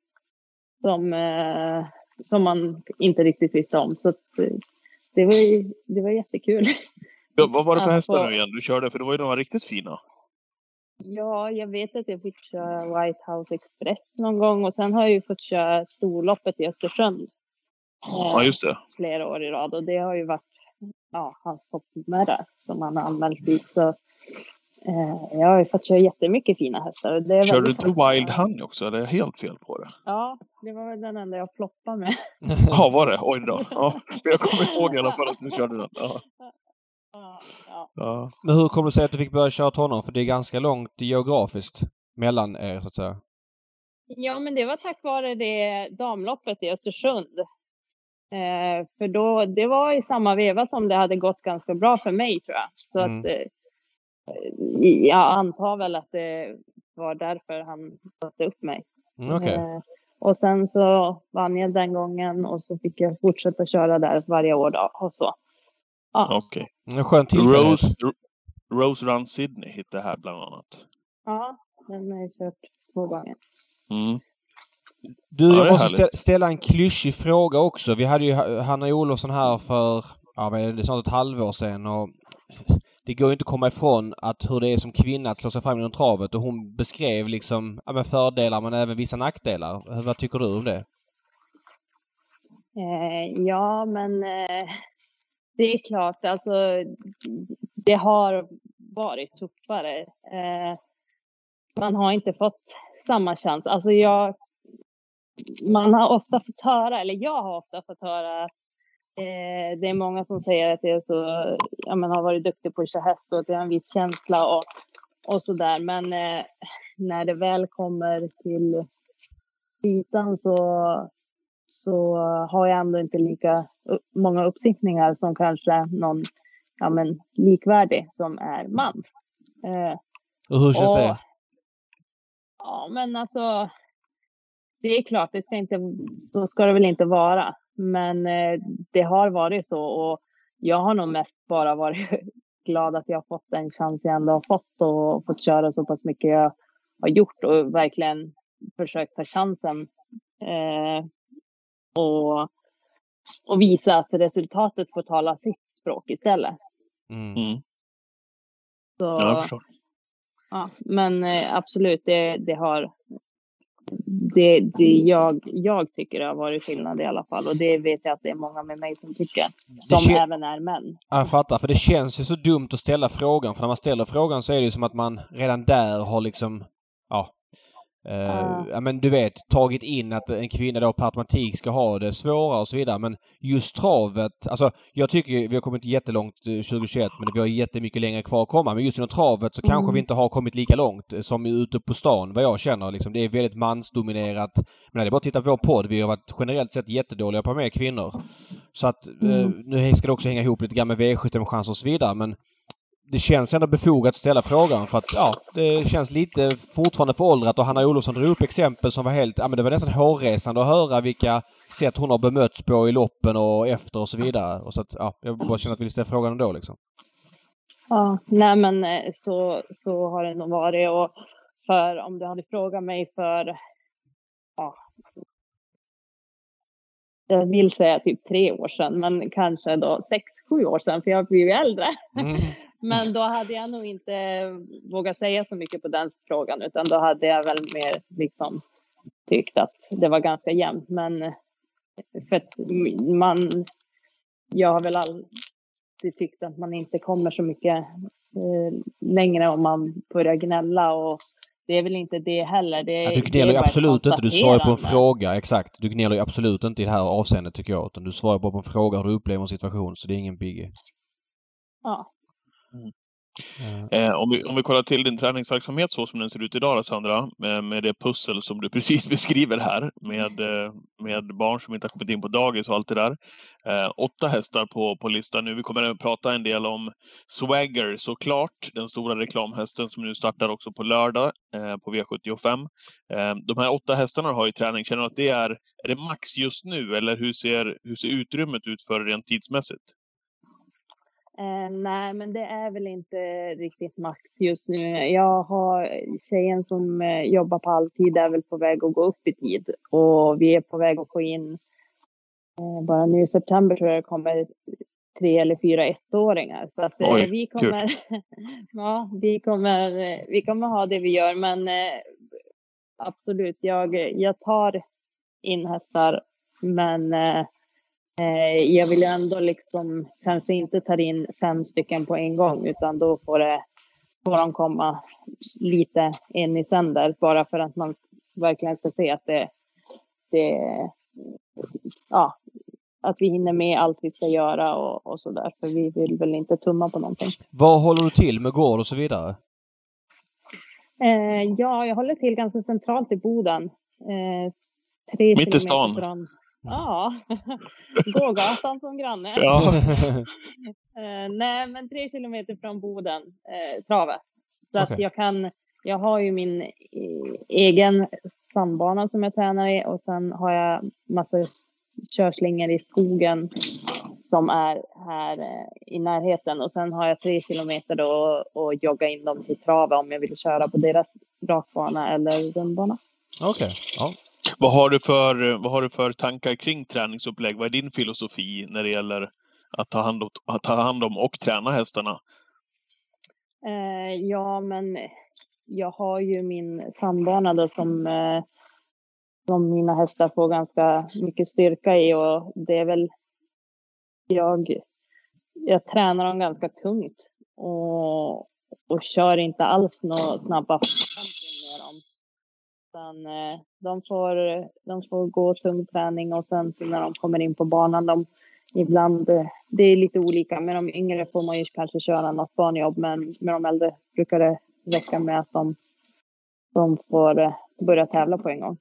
som man inte riktigt visste om. Så det var jättekul. Ja, vad var det för hästar nu igen du körde? För det var ju några riktigt fina. Ja, jag vet att jag fick köra White House Express någon gång. Och sen har jag ju fått köra storloppet i Östersund. Ja, just det. Flera år i rad. Och det har ju varit hans toppnummer som han har anmält dit. Så jag har ju fått köra jättemycket fina hästar. Det är körde du inte Wild Honey också? Eller är jag helt fel på det? Ja, det var väl den enda jag floppade med. Ja, var det? Oj då. Ja, jag kommer ihåg i alla fall att du körde den. Ja. Ja. Men hur kommer det sig att du fick börja köra honom? För det är ganska långt geografiskt mellan er, så att säga. Ja, men det var tack vare det damloppet i Östersund. För då, det var i samma veva som det hade gått ganska bra för mig, tror jag. Så att jag antar väl att det var därför han satte upp mig. Okay. Och sen så vann jag den gången och så fick jag fortsätta köra där varje år då, och så. Ja. Okej. Skön tillfällighet. Rose Run Sydney hittade här bland annat. Ja, den har jag kört 2 gånger. Du, jag måste ställa en klyschig fråga också. Vi hade ju Hanna Olofsson här för det är snart ett halvår sedan och det går ju inte att komma ifrån att hur det är som kvinna att slå sig fram inom travet, och hon beskrev liksom fördelar men även vissa nackdelar. Vad tycker du om det? Ja, men det är klart, alltså det har varit tuffare. Man har inte fått samma chans. Alltså man har ofta fått höra, eller jag har ofta fått höra, det är många som säger att det är så, har varit duktig på att köra häst och att det är en viss känsla och sådär. Men när det väl kommer till bitan så har jag ändå inte lika många uppsittningar som kanske någon likvärdig som är man. Och hur känns det? Ja, men alltså det är klart, så ska det väl inte vara. Men det har varit så, och jag har nog mest bara varit glad att jag har fått den chans jag ändå har fått och fått köra så pass mycket jag har gjort och verkligen försökt ta chansen och visa att resultatet får tala sitt språk istället. Så, ja, jag förstår. Ja, men absolut, det har jag tycker det har varit skillnad i alla fall. Och det vet jag att det är många med mig som tycker. Som även är män. Jag fattar. För det känns ju så dumt att ställa frågan. För när man ställer frågan så är det ju som att man redan där har liksom... Ja, men du vet, tagit in att en kvinna då per automatik ska ha det svårare och så vidare. Men just travet, alltså jag tycker vi har kommit jättelångt 2021 men vi har jättemycket längre kvar att komma. Men just inom travet så kanske vi inte har kommit lika långt som ute på stan, vad jag känner. Liksom, det är väldigt mansdominerat. Men det är bara att titta på vår podd. Vi har varit generellt sett jättedåliga på med kvinnor. Så att nu ska det också hänga ihop lite grann med V75-chanser och så vidare. Men det känns ändå befogat att ställa frågan för att det känns lite fortfarande föråldrat och Hanna Olofsson drog upp exempel som var helt, men det var nästan hårresande att höra vilka sätt hon har bemötts på i loppen och efter och så vidare. Och så att, jag bara känner att vi vill ställa frågan ändå liksom. Ja, nej men så har det nog varit och för om du hade frågat mig för jag vill säga typ 3 år sedan, men kanske då 6-7 år sedan, för jag har blivit äldre. Men då hade jag nog inte vågat säga så mycket på den frågan, utan då hade jag väl mer liksom tyckt att det var ganska jämnt. Men för att jag har väl alltid tyckt att man inte kommer så mycket längre om man börjar gnälla, och det är väl inte det heller. Du gnäller ju absolut inte. Du svarar på en fråga. Exakt. Du gnäller ju absolut inte i det här avseendet tycker jag. Utan du svarar bara på en fråga hur du upplever en situation. Så det är ingen biggie. Ja. Om vi kollar till din träningsverksamhet så som den ser ut idag, Sandra, med det pussel som du precis beskriver här med barn som inte har kommit in på dagis och allt det där. 8 hästar på listan nu. Vi kommer att prata en del om Swagger såklart, den stora reklamhästen som nu startar också på lördag på V75. De här 8 hästarna har ju träning. Känner du att det är det max just nu, eller hur ser utrymmet ut för rent tidsmässigt? Nej, men det är väl inte riktigt max just nu. Jag har tjejen som jobbar på halvtid är väl på väg att gå upp i tid. Och vi är på väg att få in, bara nu i september tror jag det kommer 3 eller 4 1-åringar. Så att vi kommer, vi kommer ha det vi gör. Men absolut, jag tar in hästar, men jag vill ändå liksom kanske inte ta in 5 stycken på en gång, utan då får de komma lite in i sänder, bara för att man verkligen ska se att att vi hinner med allt vi ska göra och så där, för vi vill väl inte tumma på någonting. Vad håller du till med gård och så vidare? Jag håller till ganska centralt i Boden. 3 mitt i stan. Från... Ja, gågatan som granne. Ja. Nej, men 3 kilometer från Boden, travet. Så att jag har ju min egen sandbana som jag tränar i, och sen har jag massa körslingor i skogen som är här i närheten, och sen har jag 3 kilometer då och jogga in dem till travet om jag vill köra på deras rakbana eller rundbana. Okej. Ja. Vad har du för tankar kring träningsupplägg? Vad är din filosofi när det gäller att ta hand om och träna hästarna? Ja, men jag har ju min sandbana då som mina hästar får ganska mycket styrka i, och det är väl jag tränar dem ganska tungt och kör inte alls några snabba med dem. De får gå tung träning, och sen så när de kommer in på banan, ibland, det är lite olika. Med de yngre får man ju kanske köra något barnjobb, men med de äldre brukar det räcka med att de får börja tävla på en gång.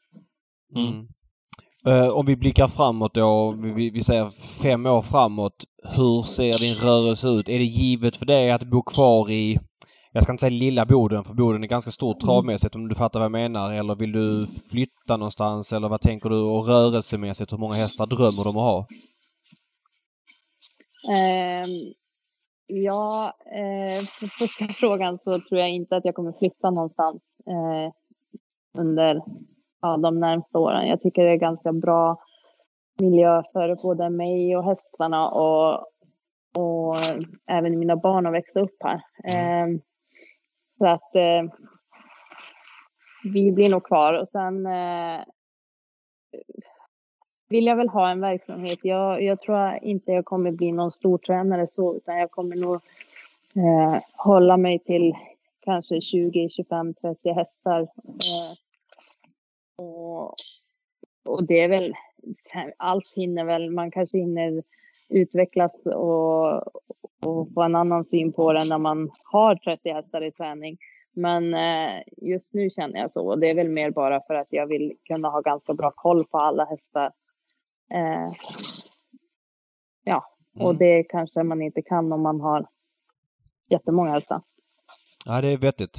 Om vi blickar framåt då, vi säger 5 år framåt, hur ser din rörelse ut? Är det givet för dig att bo kvar i, jag ska inte säga lilla Boden, för Boden är ganska stort travmässigt om du fattar vad jag menar, eller vill du flytta någonstans, eller vad tänker du, och rörelsemässigt, hur många hästar drömmer de att ha? På första frågan så tror jag inte att jag kommer flytta någonstans under de närmsta åren. Jag tycker det är ganska bra miljö för både mig och hästarna, och även mina barn har växt upp här. Så att vi blir nog kvar. Och sen vill jag väl ha en verksamhet. Jag tror inte jag kommer bli någon stor tränare så, utan jag kommer nog hålla mig till kanske 20, 25, 30 hästar. Och det är väl, allt hinner väl, man kanske hinner utvecklas och få en annan syn på det när man har 30 hästar i träning. Men just nu känner jag så, och det är väl mer bara för att jag vill kunna ha ganska bra koll på alla hästar. Och det kanske man inte kan om man har jättemånga hästar. Ja, det är vettigt.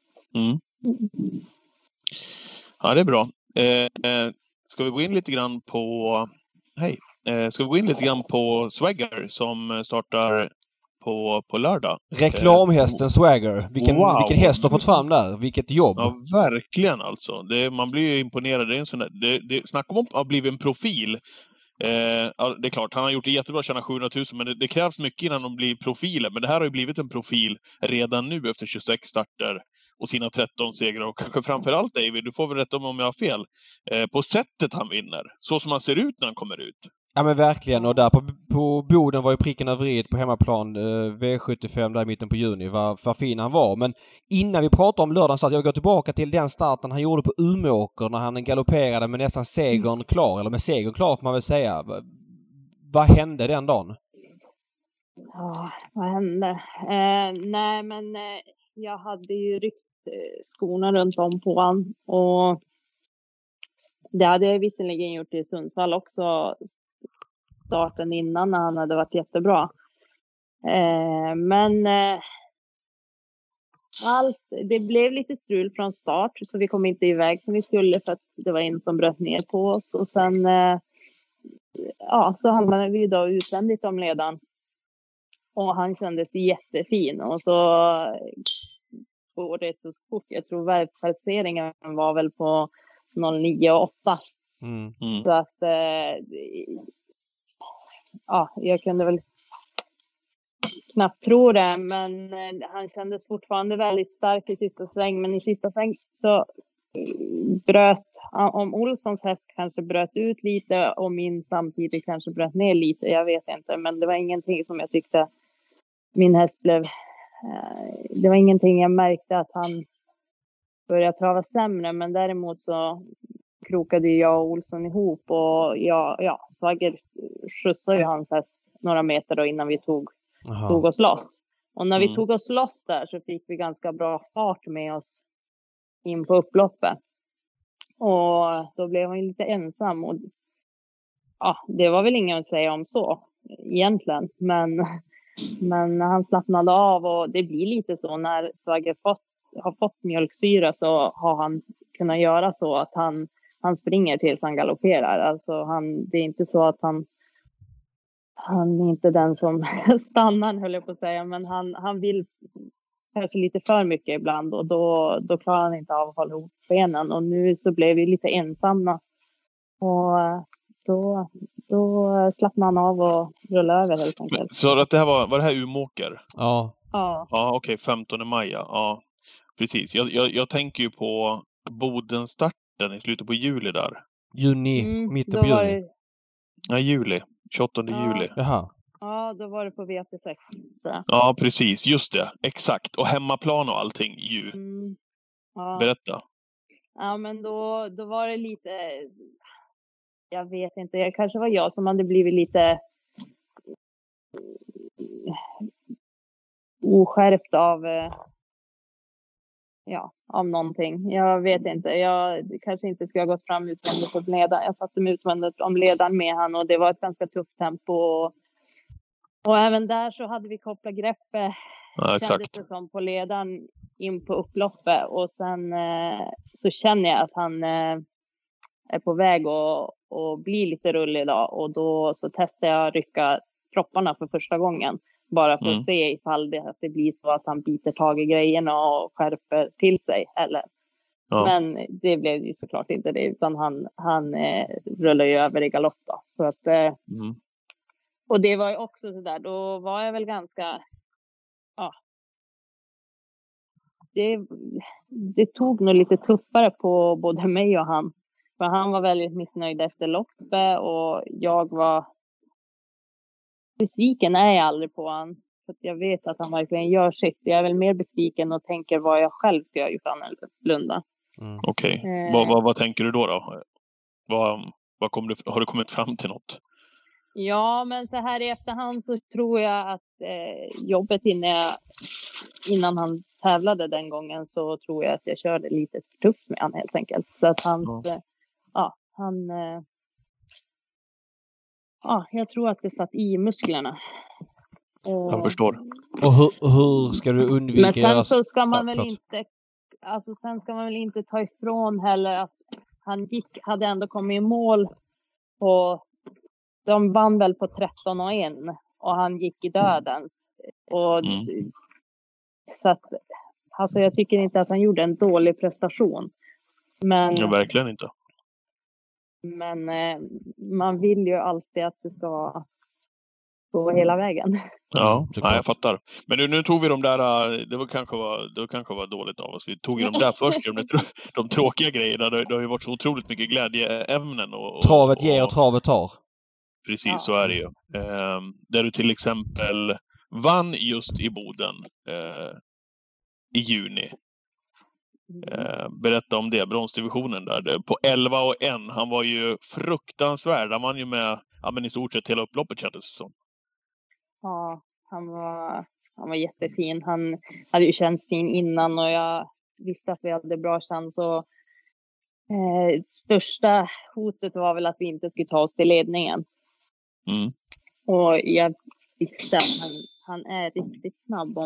Ja, det är bra. Ska vi gå in lite grann på ska vi gå in lite grann på Swagger som startar på lördag? Reklamhästen Swagger. Vilken häst har fått fram där. Vilket jobb. Ja, verkligen alltså. Man blir ju imponerad. Det är en sån där, det snackar om att ha blivit en profil. Det är klart, han har gjort det jättebra att tjäna 700 000, men det krävs mycket innan de blir profiler. Men det här har ju blivit en profil redan nu efter 26 starter och sina 13 segrar. Och kanske framförallt David, du får väl rätta om jag har fel, på sättet han vinner. Så som han ser ut när han kommer ut. Ja, men verkligen. Och där på Boden var ju pricken över i på hemmaplan. V75 där i mitten på juni. Vad fin han var. Men innan vi pratar om lördagen så att jag går tillbaka till den starten han gjorde på Umeåker när han galopperade med nästan segern klar. Eller med segern klar får man väl säga. Vad hände den dagen? Ja, vad hände? Nej, men jag hade ju ryckt skorna runt om på han. Och det hade jag visserligen gjort i Sundsvall också, starten innan när han hade varit jättebra. Men det blev lite strul från start, så vi kom inte iväg som vi skulle för att det var en som bröt ner på oss. Och sen så hamnade vi då utvändigt om ledaren. Och han kändes jättefin. Och så går det så fort. Jag tror värvsparceringen var väl på 09,8. Så att jag kunde väl knappt tro det, men han kändes fortfarande väldigt stark i sista sväng. Men i sista sväng så om Olssons häst kanske bröt ut lite och min samtidigt kanske bröt ner lite, jag vet inte, men det var ingenting som jag tyckte min häst blev, det var ingenting jag märkte att han började trava sämre, men däremot så krokade jag och Olsson ihop och Swagger skjutsade ju hans häst några meter då innan vi tog oss loss. Och när vi tog oss loss där så fick vi ganska bra fart med oss in på upploppet. Och då blev han lite ensam. Och det var väl ingen att säga om så egentligen. Men han slappnade av, och det blir lite så när Swagger har fått mjölksyra, så har han kunnat göra så att han springer tills han galopperar. Alltså det är inte så att han är inte den som stannar, höll jag på att säga, men han vill kanske lite för mycket ibland, och då klarar han inte av att hålla ihop benen. Och nu så blev vi lite ensamma, och då slappnade han av och rullade över helt enkelt. Så att det här var det här Umeåker? Ja. Ja, okej, 15 maj. Ja, precis. Jag tänker ju på Bodenstarten i slutet på juli där. Juni, mitten på juni. Ja, juli. 28 juli. Jaha. Ja, då var det på VT6, tror jag. Ja, precis. Just det. Exakt. Och hemmaplan och allting ju. Ja. Berätta. Ja, men då var det lite... Jag vet inte. Det kanske var jag som hade blivit lite oskärpt av någonting. Jag vet inte. Jag kanske inte skulle ha gått fram utvändigt om ledaren. Jag satte mig utvändigt om ledaren med han, och det var ett ganska tufft tempo. Och även där så hade vi kopplat greppet. Ja, exakt. Kändes det som på ledaren in på upploppet. Och sen så känner jag att han är på väg och bli lite rullig idag. Och då så testar jag att rycka kropparna för första gången. Bara för att se ifall det blir så att han biter tag i grejerna och skärper till sig. Eller. Ja. Men det blev ju såklart inte det. Utan han rullar ju över i galopp då. Så att Och det var ju också så där, då var jag väl ganska, ja. Det tog nog lite tuffare på både mig och han. För han var väldigt missnöjd efter loppet och jag var besviken är jag aldrig på han. För jag vet att han verkligen gör sitt. Jag är väl mer besviken och tänker vad jag själv ska göra för annorlunda. Okej. Vad tänker du då? Vad har du kommit fram till något? Ja, men så här i efterhand så tror jag att jobbet innan han tävlade den gången så tror jag att jag körde lite för tufft med han helt enkelt. Så att jag tror att det satt i musklerna. Jag förstår. Och hur ska du undvika... Men sen så ska man sen ska man väl inte ta ifrån heller att han hade ändå kommit i mål och de vann väl på 13-1 och han gick i dödens. Så att alltså jag tycker inte att han gjorde en dålig prestation. Men ja, verkligen inte. Men man vill ju alltid att det ska gå hela vägen. Ja, jag fattar. Men nu tog vi de där, det kanske var dåligt av oss. Vi tog ju de där först, de tråkiga grejerna. Det har ju varit så otroligt mycket glädjeämnen. Travet ger och travet tar. Precis, så är det ju. Där du till exempel vann just i Boden i juni. Berätta om det, bronsdivisionen där. På 11-1, han var ju fruktansvärd. Han vann ju med i stort sett hela upploppet kändes det som. Ja, han var jättefin. Han hade ju känts fin innan och jag visste att vi hade bra chans. Och, största hotet var väl att vi inte skulle ta oss till ledningen. Och jag visste att han är riktigt snabb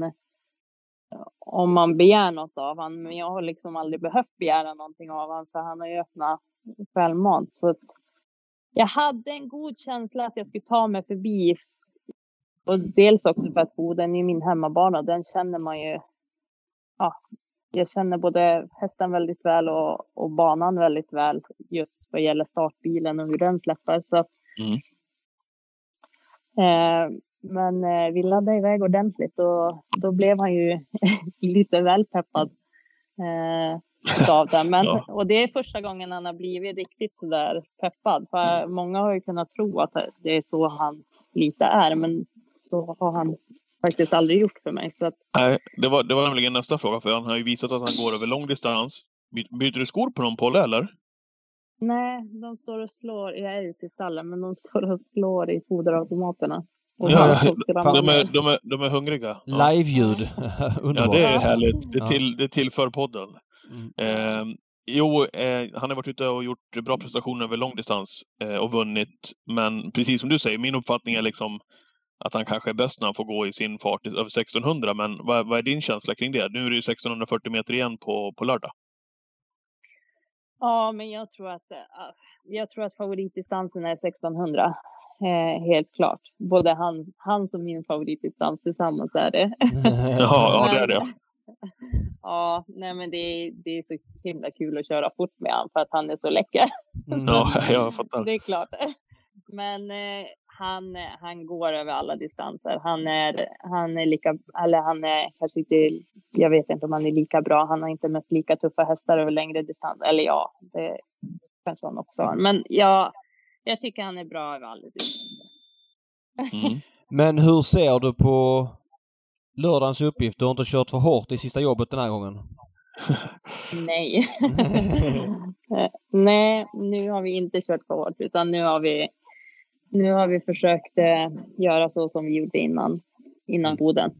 om man begär något av han. Men jag har liksom aldrig behövt begära någonting av han för han har ju öppnat självmant. Så att jag hade en god känsla att jag skulle ta mig förbi. Och dels också för att Boden är min hemmabana. Den känner man ju. Ja, jag känner både hästen väldigt väl och banan väldigt väl. Just vad gäller startbilen och hur den släpper. Så. Men vi laddade iväg ordentligt och då blev han ju lite väl peppad av det. Men, och det är första gången han har blivit riktigt så där peppad. För många har ju kunnat tro att det är så han lite är. Men så har han faktiskt aldrig gjort för mig. Så att... Nej, det var nämligen nästa fråga. För han har ju visat att han går över lång distans. Byter du skor på någon Polle eller? Nej, de står och slår. Jag är ute i stallen men de står och slår i foderautomaterna. Ja, de är hungriga. Live-ljud. Ja, det är härligt. Det tillför podden. Han har varit ute och gjort bra prestationer över lång distans och vunnit. Men precis som du säger, min uppfattning är liksom att han kanske är bäst när han får gå i sin fart över 1600. Men vad är din känsla kring det? Nu är det ju 1640 meter igen på lördag. Ja, men jag tror att favoritdistansen är 1600. Helt klart. Både hans och min favoritdistans tillsammans är det. Ja, det är det. Ja, nej men det är så himla kul att köra fort med han för att han är så läcker. Ja, jag fattar. Det är klart. Men han går över alla distanser. Han är lika, eller han är kanske inte, jag vet inte om han är lika bra. Han har inte mött lika tuffa hästar över längre distans. Eller ja, det kanske han också har. Men jag tycker han är bra över alla distanser. Men hur ser du på lördagens uppgift? Du har inte kört för hårt i sista jobbet den här gången? Nej. Nej, nu har vi inte kört för hårt utan nu har vi försökt göra så som vi gjorde innan Boden.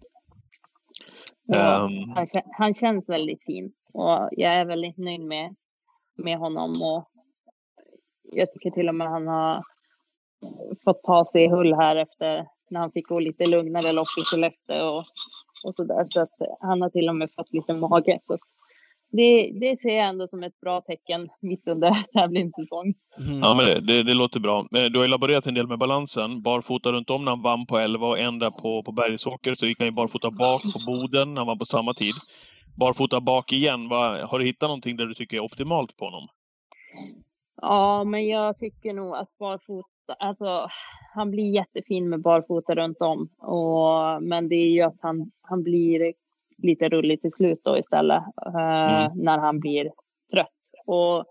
Han känns väldigt fin och jag är väldigt nöjd med honom och jag tycker till och med han har fått ta sig i hull här efter när han fick gå lite lugnare lopp i Skellefteå och sådär. Så att han har till och med fått lite mage. Så det ser jag ändå som ett bra tecken mitt under tävlingssäsong. Ja, men det låter bra. Du har laborerat en del med balansen. Barfota runt om när han vann på 11 och ända på Bergsåker. Så gick han ju barfota bak på Boden när han var på samma tid. Barfota bak igen. Har du hittat någonting där du tycker är optimalt på honom? Ja, men jag tycker nog att barfota, alltså han blir jättefin med barfota runt om. Men det är ju att han blir lite rullig till slut då istället. När han blir trött. Och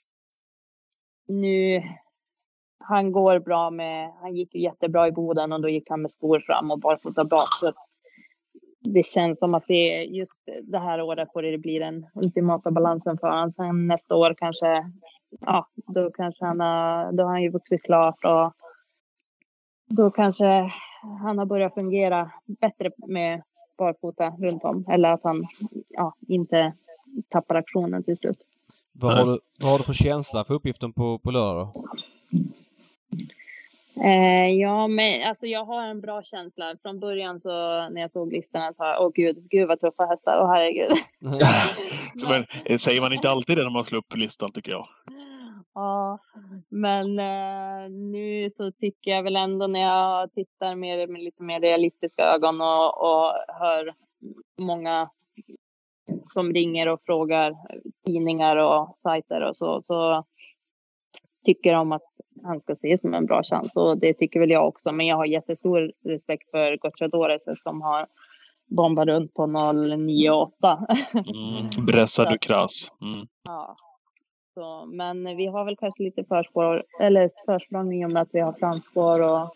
nu, han går bra han gick ju jättebra i Boden och då gick han med skor fram och barfota bak. Så att det känns som att det är just det här året får det bli den ultimata balansen för honom. Sen nästa år kanske, då kanske då har han ju vuxit klart och då kanske han har börjat fungera bättre med barfota runt om. Eller att han inte tappar aktionen till slut. Vad har du för känsla för uppgiften på lördag då? Men alltså jag har en bra känsla. Från början så när jag såg listorna så åh gud vad tuffa hästar, herregud. Men säger man inte alltid det när man slår upp listan, tycker jag. Ja, men nu så tycker jag väl ändå när jag tittar med lite mer realistiska ögon och hör många som ringer och frågar tidningar och sajter och så tycker de att han ska ses som en bra chans, och det tycker väl jag också. Men jag har jättestor respekt för Gocciadores som har bombat runt på 0,98. Bressa du krass. Ja. Så, men vi har väl kanske lite försprång i och med att vi har framspår, och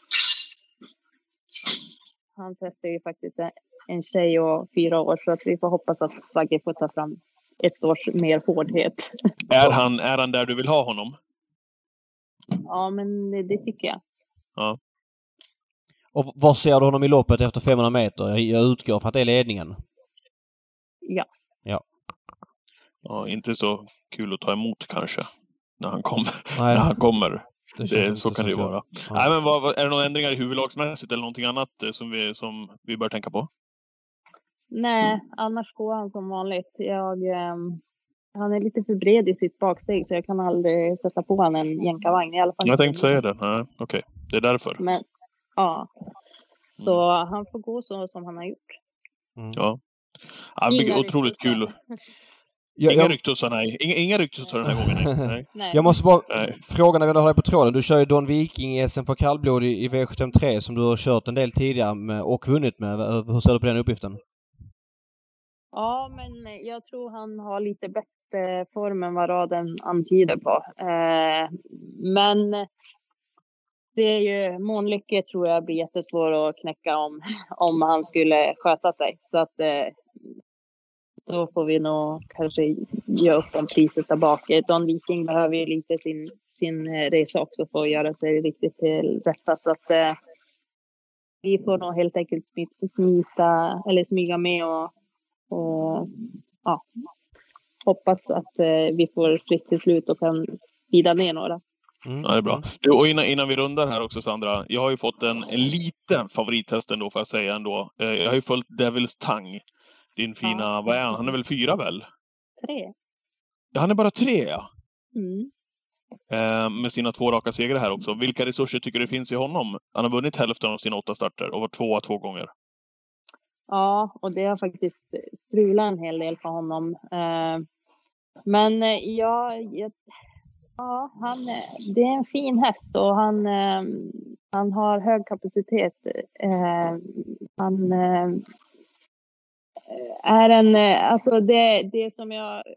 hans häst är ju faktiskt en tjej och 4 år, så att vi får hoppas att Svagge får ta fram ett års mer hårdhet. Är han där du vill ha honom? Ja, men det tycker jag. Ja. Och var ser du honom i loppet efter 500 meter? Jag utgår från att det är ledningen. Ja. Ja, inte så kul att ta emot kanske när han kommer. Nej. När han kommer. Så kan det ju vara. Ja. Nej, men är det några ändringar i huvudlagsmässigt eller någonting annat som vi bör tänka på? Nej, annars går han som vanligt. Han är lite för bred i sitt baksteg, så jag kan aldrig sätta på honom en jänkarvagn i alla fall. Jag tänkte säga det. Nej, okej. Det är därför. Men så han får gå så som han har gjort. Ja. Otroligt kul. Inga ryktusar, nej. Inga ryktusar den här gången. Nej. Jag måste bara fråga när vi har dig på tråden. Du kör ju Don Viking i SM för kallblod i V753 som du har kört en del tidigare med och vunnit med. Hur ser du på den uppgiften? Ja, men jag tror han har lite bättre form än vad raden antyder på. Men det är ju Månlycke, tror jag blir jättesvår att knäcka om han skulle sköta sig. Så att då får vi nog kanske ge upp om priset där bak. Don Viking behöver ju lite sin resa också för att göra sig riktigt till rätta. Så att vi får nog helt enkelt smyga med och hoppas att vi får fritt till slut och kan spida ner några. Ja, det är bra. Du, och innan vi rundar här också, Sandra. Jag har ju fått en liten favorithäst ändå, får jag säga ändå. Jag har ju följt Devil's Tongue. Din fina, vad är han? Han är väl 4 väl? 3. Ja, han är bara 3, ja. Med sina 2 raka segrar här också. Vilka resurser tycker du finns i honom? Han har vunnit hälften av sina 8 starter och varit 2 gånger. Ja, och det har faktiskt strulat en hel del för honom. Men det är en fin häst och han har hög kapacitet. Han är det som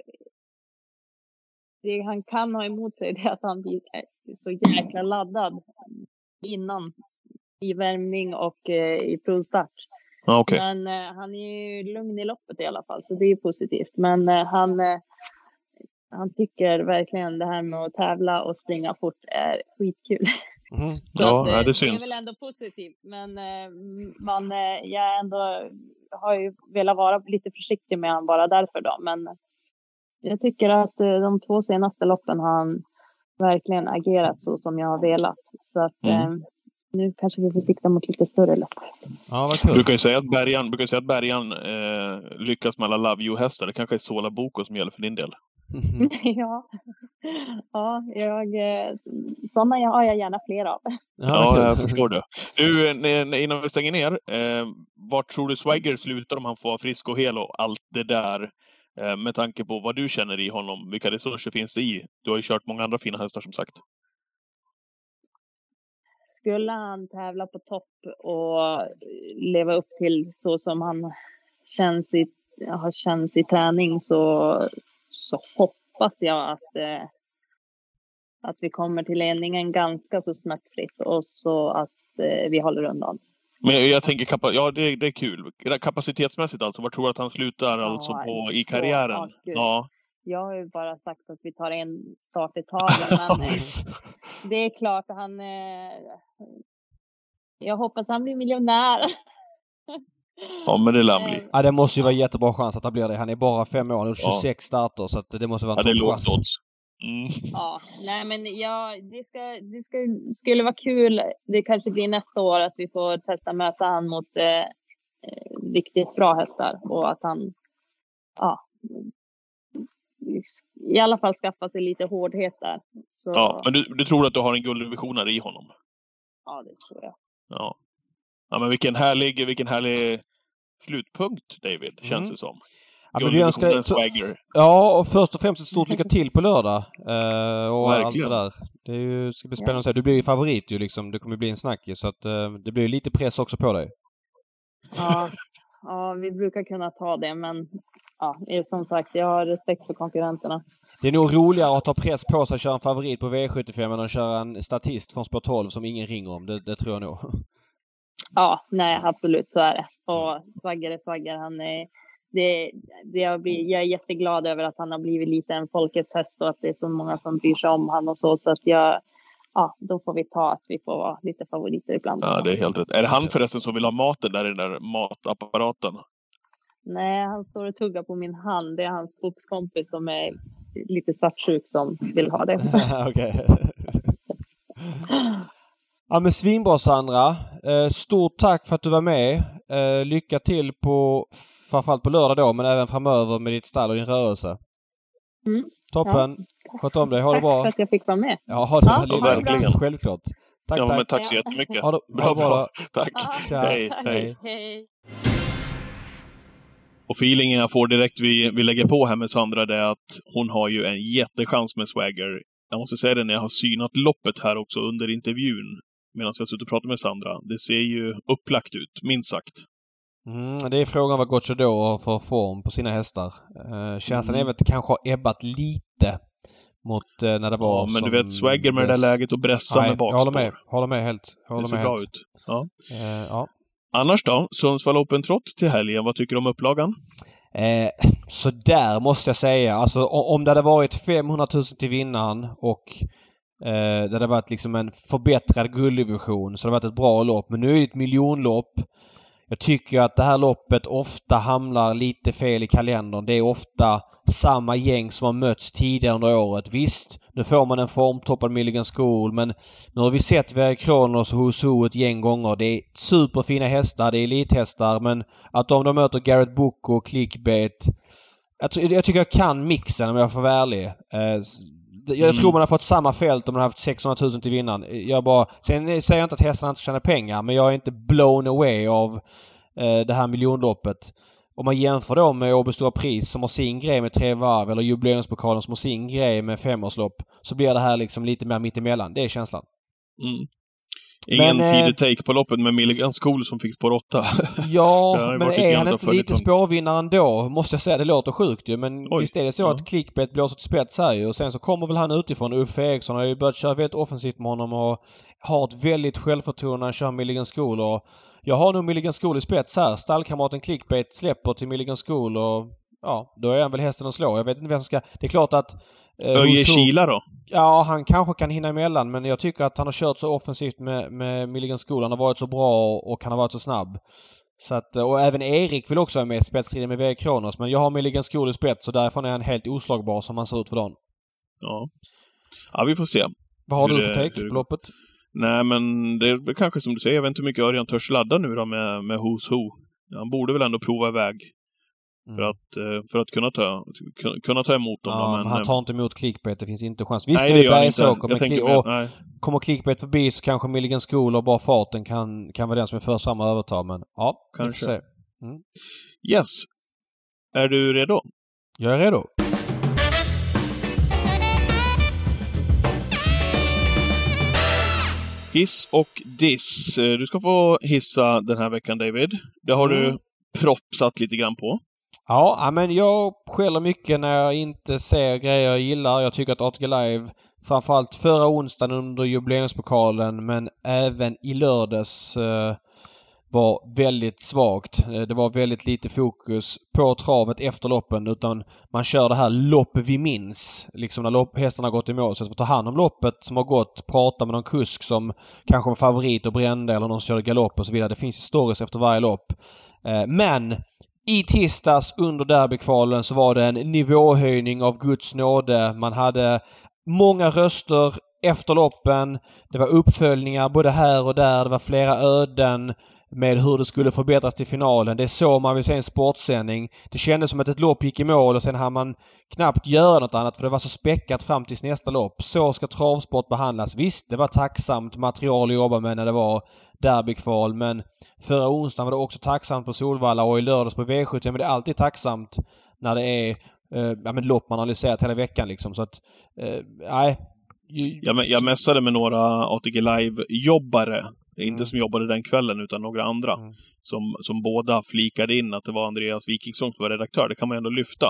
det han kan ha emot sig, det är att han blir så jäkla laddad innan i värmning och i provstart. Okay. Men han är ju lugn i loppet i alla fall, så det är positivt. Men han tycker verkligen det här med att tävla och springa fort är skitkul. Så det är väl ändå positivt. Men jag ändå har ju velat vara lite försiktig med han bara därför då. Men jag tycker att de 2 senaste loppen har han verkligen agerat så som jag har velat. Så att nu kanske vi får sikta mot lite större lopp. Ja, vad kul. Du kan ju säga att Bergan lyckas med alla Love You-hästar. Det kanske är Sola Boko som gäller för din del. Ja, sådana har jag gärna fler av. Ja, jag förstår det. Du, innan vi stänger ner, vart tror du Swagger slutar om han får vara frisk och hel och allt det där? Med tanke på vad du känner i honom, vilka resurser finns det i? Du har ju kört många andra fina hästar som sagt. skulle han tävla på topp och leva upp till så som han har känts i träning, så hoppas jag att vi kommer till ledningen ganska så smärtfritt och så att vi håller undan. Men jag tänker, det är kul. Kapacitetsmässigt alltså, var tror du att han slutar i karriären? Ja. Jag har ju bara sagt att vi tar en start i taget, men det är klart att jag hoppas han blir miljonär. Ja, men det lär bli. Ja, det måste ju vara jättebra chans att han blir det. Han är bara 5 år och 26 starter, så att det måste vara en toppchans. Ja, nej men det skulle vara kul. Det kanske blir nästa år att vi får testa möta han mot riktigt bra hästar och att han i alla fall skaffa sig lite hårdhet där. Så... Ja, men du tror att du har en guldvisionare i honom? Ja, det tror jag. Ja, men vilken härlig slutpunkt, David, känns det som. Ja, men vi önskar Swagger. Ja, och först och främst ett stort lycka till på lördag. Och verkligen. Allt det där. Det ska bli spännande att se. Du blir ju favorit ju liksom. Det kommer bli en snackis, så att det blir lite press också på dig. Ja, vi brukar kunna ta det, men som sagt, jag har respekt för konkurrenterna. Det är nog roligare att ta press på sig att köra en favorit på V75 än att köra en statist från spår 12 som ingen ringer om. Det tror jag nog. Ja, nej, absolut, så är det. Och Swagger, han är... Jag är jätteglad över att han har blivit lite en folkets häst och att det är så många som bryr sig om han och så att då får vi ta att vi får vara lite favoriter ibland. Ja, det är helt rätt. Är det han förresten som vill ha maten där i den där matapparaten? Nej, han står och tuggar på min hand. Det är hans skogskompis som är lite svartsjuk som vill ha det. Okej. Ja, men svinbra, Sandra. Stort tack för att du var med. Lycka till framförallt på lördag då, men även framöver med ditt stall och din rörelse. Toppen. Sköt om dig. Ha det bra. Tack för att jag fick vara med. Ja, ha det verkligen. Självklart. Tack. Men tack så jättemycket. Bra. Tack. Hej. Och feelingen jag får direkt vi lägger på här med Sandra, det är att hon har ju en jättechans med Swagger. Jag måste säga det när jag har synat loppet här också under intervjun. Medan vi har suttit och pratat med Sandra. Det ser ju upplagt ut, minst sagt. Det är frågan vad Gocciador har för form på sina hästar. Känslan är väl att kanske har ebbat lite mot när det var. Ja, men du vet, Swagger med det där läget och Bressa med bakspår. Jag håller med helt. Det ser bra ut. Ja. Annars då? Sundsvall Open Trot till helgen. Vad tycker du om upplagan? Så där måste jag säga. Alltså om det hade varit 500 000 till vinnaren och det hade varit liksom en förbättrad gulddivision, så det hade varit ett bra lopp. Men nu är det ett miljonlopp. Jag tycker att det här loppet ofta hamnar lite fel i kalendern. Det är ofta samma gäng som har mötts tidigare under året. Visst, nu får man en formtoppad Milligan School, men nu har vi sett Verre Kronos och Who's Who ett gäng gånger. Det är superfina hästar, det är elithästar, men att de möter Garrett Boko och Clickbait. Jag tycker jag kan mixen om jag får vara ärlig. Jag tror man har fått samma fält om man har haft 600 000 till vinnaren. Sen säger jag inte att hästarna inte ska tjäna pengar, men jag är inte blown away av det här miljonloppet. Om man jämför då med Åby Stora Pris som har sin grej med 3 varv, eller jubileumspokalen som har sin grej med 5-årslopp, så blir det här liksom lite mer mittemellan. Det är känslan. Ingen tidig take på loppet med Milligan School som fick spår 8. Ja, men är han inte lite spårvinnaren då? Måste jag säga, det låter sjukt ju. Men visst är det så att Clickbait blåser till spets här ju. Och sen så kommer väl han utifrån. Uffe Eriksson har ju börjat köra väldigt offensivt med honom och har ett väldigt självförtroende när han kör Milligan School. Och jag har nog Milligan School i spets här. Stallkamraten Clickbait släpper till Milligan School och då är han väl hästen att slå. Jag vet inte vem som ska... Det är klart att... Öje Kila då? Ja, han kanske kan hinna emellan, men jag tycker att han har kört så offensivt med Milligan School. Han har varit så bra och han har varit så snabb. Så att, och även Erik vill också ha med spetsstriden med Verre Kronos, men jag har Milligan School i spets, så därifrån är han helt oslagbar som han ser ut för dagen. Ja, vi får se. Vad har du för take på loppet? Nej, men det är väl kanske som du säger, jag vet inte hur mycket Örjan törs ladda nu då med Who's Who. Han borde väl ändå prova iväg. För att kunna ta emot dem. Ja, men han tar inte emot Clickbait. Det finns inte chans. Visst är det Bergsåker. Kommer Clickbait förbi så kanske Milligan School och bara farten kan vara den som är först fram och överta. Men kanske. Yes. Är du redo? Jag är redo. Hiss och diss. Du ska få hissa den här veckan, David. Det har du propsat lite grann på. Ja, men jag skäller mycket när jag inte ser grejer jag gillar. Jag tycker att ATG Live, framförallt förra onsdagen under jubileumspokalen, men även i lördags var väldigt svagt. Det var väldigt lite fokus på travet efter loppen, utan man kör det här lopp vi minns. Liksom när hästarna har gått i mål. Så att få ta hand om loppet som har gått, prata med någon kusk som kanske var favorit och brände eller någon som körde galopp och så vidare. Det finns stories efter varje lopp. Men i tisdags under derbykvalen så var det en nivåhöjning av Guds nåde. Man hade många röster efter loppen. Det var uppföljningar både här och där. Det var flera öden med hur det skulle förbättras till finalen. Det är så man vill se en sportsändning. Det kändes som att ett lopp gick i mål och sen hann man knappt göra något annat för det var så späckat fram tills nästa lopp. Så ska travsport behandlas. Visst, det var tacksamt material att jobba med när det var derbykval, men förra onsdagen var det också tacksamt på Solvalla och i lördags på V70. Men det är alltid tacksamt när det är lopp man analyserat hela veckan liksom. Så att, nej. Jag mässade med några ATG Live-jobbare. Inte som jobbade den kvällen utan några andra. Som båda flikade in att det var Andreas Wikingsson som var redaktör. Det kan man ändå lyfta.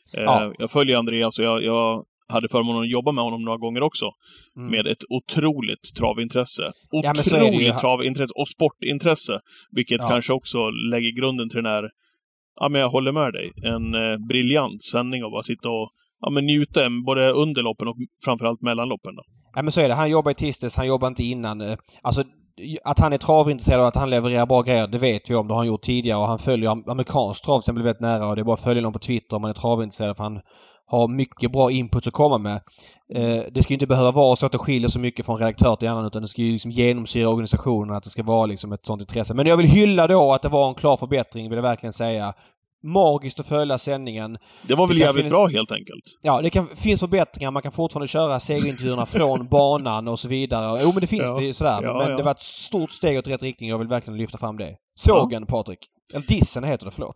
Jag följer Andreas och jag hade förmånen att jobba med honom några gånger också. Med ett otroligt travintresse. Otroligt travintresse och sportintresse. Vilket kanske också lägger grunden till den här, men jag håller med dig, en briljant sändning av att sitta och njuta både under loppen och framförallt mellan loppen då. Ja, men så är det. Han jobbar i tisdags, han jobbar inte innan. Alltså, att han är travintresserad och att han levererar bra grejer, det vet vi om. Det har han gjort tidigare och han följer amerikansk trav som blir väldigt nära och det är bara att följa honom på Twitter om man är travintresserad för han har mycket bra input att komma med. Det ska inte behöva vara så att det skiljer så mycket från redaktör till annan utan det ska ju liksom genomsyra organisationen att det ska vara liksom ett sånt intresse. Men jag vill hylla då att det var en klar förbättring, vill jag verkligen säga. Magiskt att följa sändningen. Det var väl jävligt bra helt enkelt. Ja, finns förbättringar. Man kan fortfarande köra segerintervjuerna från banan och så vidare. Jo, men det finns det sådär. Men det var ett stort steg åt rätt riktning. Jag vill verkligen lyfta fram det. Sågen, Patrik. Eller dissen heter det, förlåt.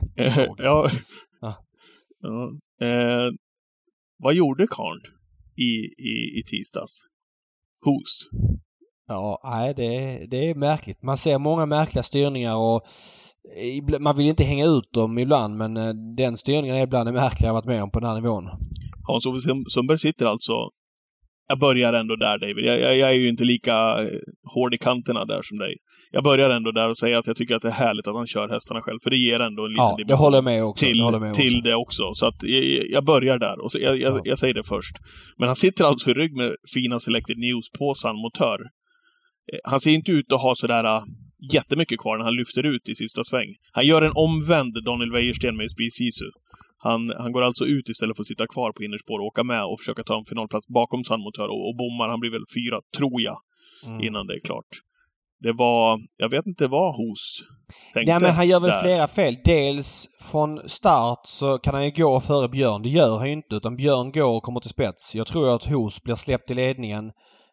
Vad gjorde Karn i tisdags? Hos? Ja, nej, det är märkligt. Man ser många märkliga styrningar och man vill inte hänga ut dem ibland, men den styrningen är ibland märklig jag har varit med om på den här nivån. Hans-Ove Sundberg sitter alltså... Jag börjar ändå där, David. Jag är ju inte lika hård i kanterna där som dig. Jag börjar ändå där och säger att jag tycker att det är härligt att han kör hästarna själv. För det ger ändå en liten dimension. Det håller jag med också. Till det också. Så att jag börjar där. Och så jag säger det först. Men han sitter alltså i rygg med fina Selected News på Sandmotör. Han ser inte ut att ha sådär jättemycket kvar när han lyfter ut i sista sväng. Han gör en omvänd Daniel Wäjersten med Speed Sisu. Han går alltså ut istället för att sitta kvar på innerspår och åka med och försöka ta en finalplats bakom Sandmotör och bommar. Han blir väl 4, tror jag, innan det är klart. Det var, jag vet inte vad Hos tänkte. Ja, men han gör väl där. Flera fel. Dels från start så kan han ju gå före Björn. Det gör han ju inte, utan Björn går och kommer till spets. Jag tror att Hos blir släppt i ledningen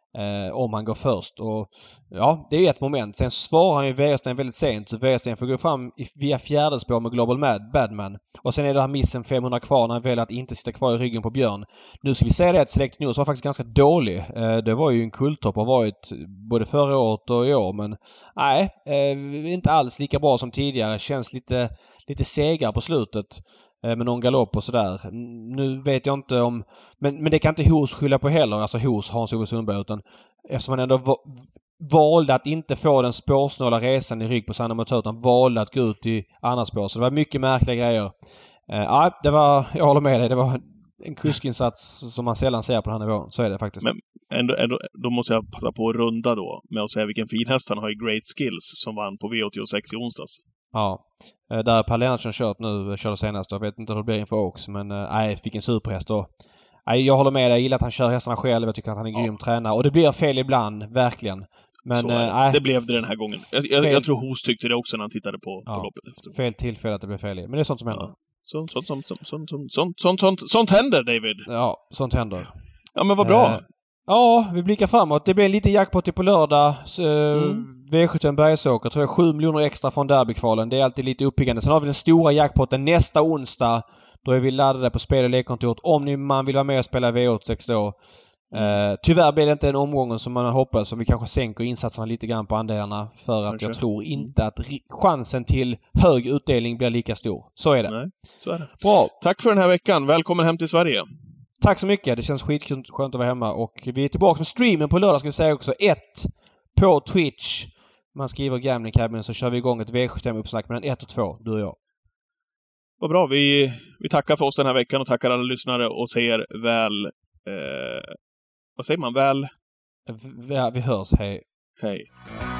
om han går först. Och ja, det är ett moment. Sen svarar han ju Wäjersten väldigt sent, så Wäjersten får gå fram via fjärde spår med Global Badman. Och sen är det här missen 500 kvar när han väljer att inte sitta kvar i ryggen på Björn. Nu ska vi säga det att Select News var faktiskt ganska dålig. Det var ju en kulttopp och varit både förra året och i år, men nej, inte alls lika bra som tidigare. Känns lite segare på slutet. Med någon galopp och sådär. Nu vet jag inte om... Men det kan inte Hos skylla på heller. Alltså Hos Hans-Ove Sundberg. Utan eftersom han ändå valde att inte få den spårsnåla resan i rygg på Sandmotör, utan valde att gå ut i andra spår. Så det var mycket märkliga grejer. Det var... Jag håller med dig. Det var en kuskinsats som man sällan ser på den här nivån. Så är det faktiskt. Men ändå, då måste jag passa på att runda då med att säga vilken fin häst han har i Great Skills som vann på V86 i onsdags. Ja. Där Per Lennartsson körde senast. Jag vet inte hur det blir inför Oaks. Men fick en superhäst då. Jag håller med dig. Jag gillar att han kör hästarna själv. Jag tycker att han är en grym tränare. Och det blir fel ibland, verkligen. Men det blev det den här gången. Jag tror Hos tyckte det också när han tittade på loppet efter. Fel tillfälle att det blev fel i. Men det är sånt som händer. Sånt händer, David. Ja, sånt händer. Ja, men vad bra. Ja, vi blickar framåt. Det blir lite jackpot på lördag. V75 Bergsåker, tror jag 7 miljoner extra från derbykvalen. Det är alltid lite uppiggande. Sen har vi den stora jackpotten nästa onsdag. Då är vi laddade på spel- och lekkontoret. Om man vill vara med och spela V86 då. Tyvärr blir det inte den omgången som man hoppas, så vi kanske sänker insatserna lite grann på andelarna för att jag tror inte att chansen till hög utdelning blir lika stor. Så är det. Nej, så är det. Bra. Tack för den här veckan. Välkommen hem till Sverige. Tack så mycket. Det känns skönt att vara hemma. Och vi är tillbaka med streamen på lördag, ska vi säga också. På Twitch. Man skriver Gambling Cabin, så kör vi igång ett V75-uppsnack mellan 1 och 2, du och jag. Vad bra. Vi tackar för oss den här veckan och tackar alla lyssnare och säger vad säger man? Väl? Vi hörs. Hej. Hej.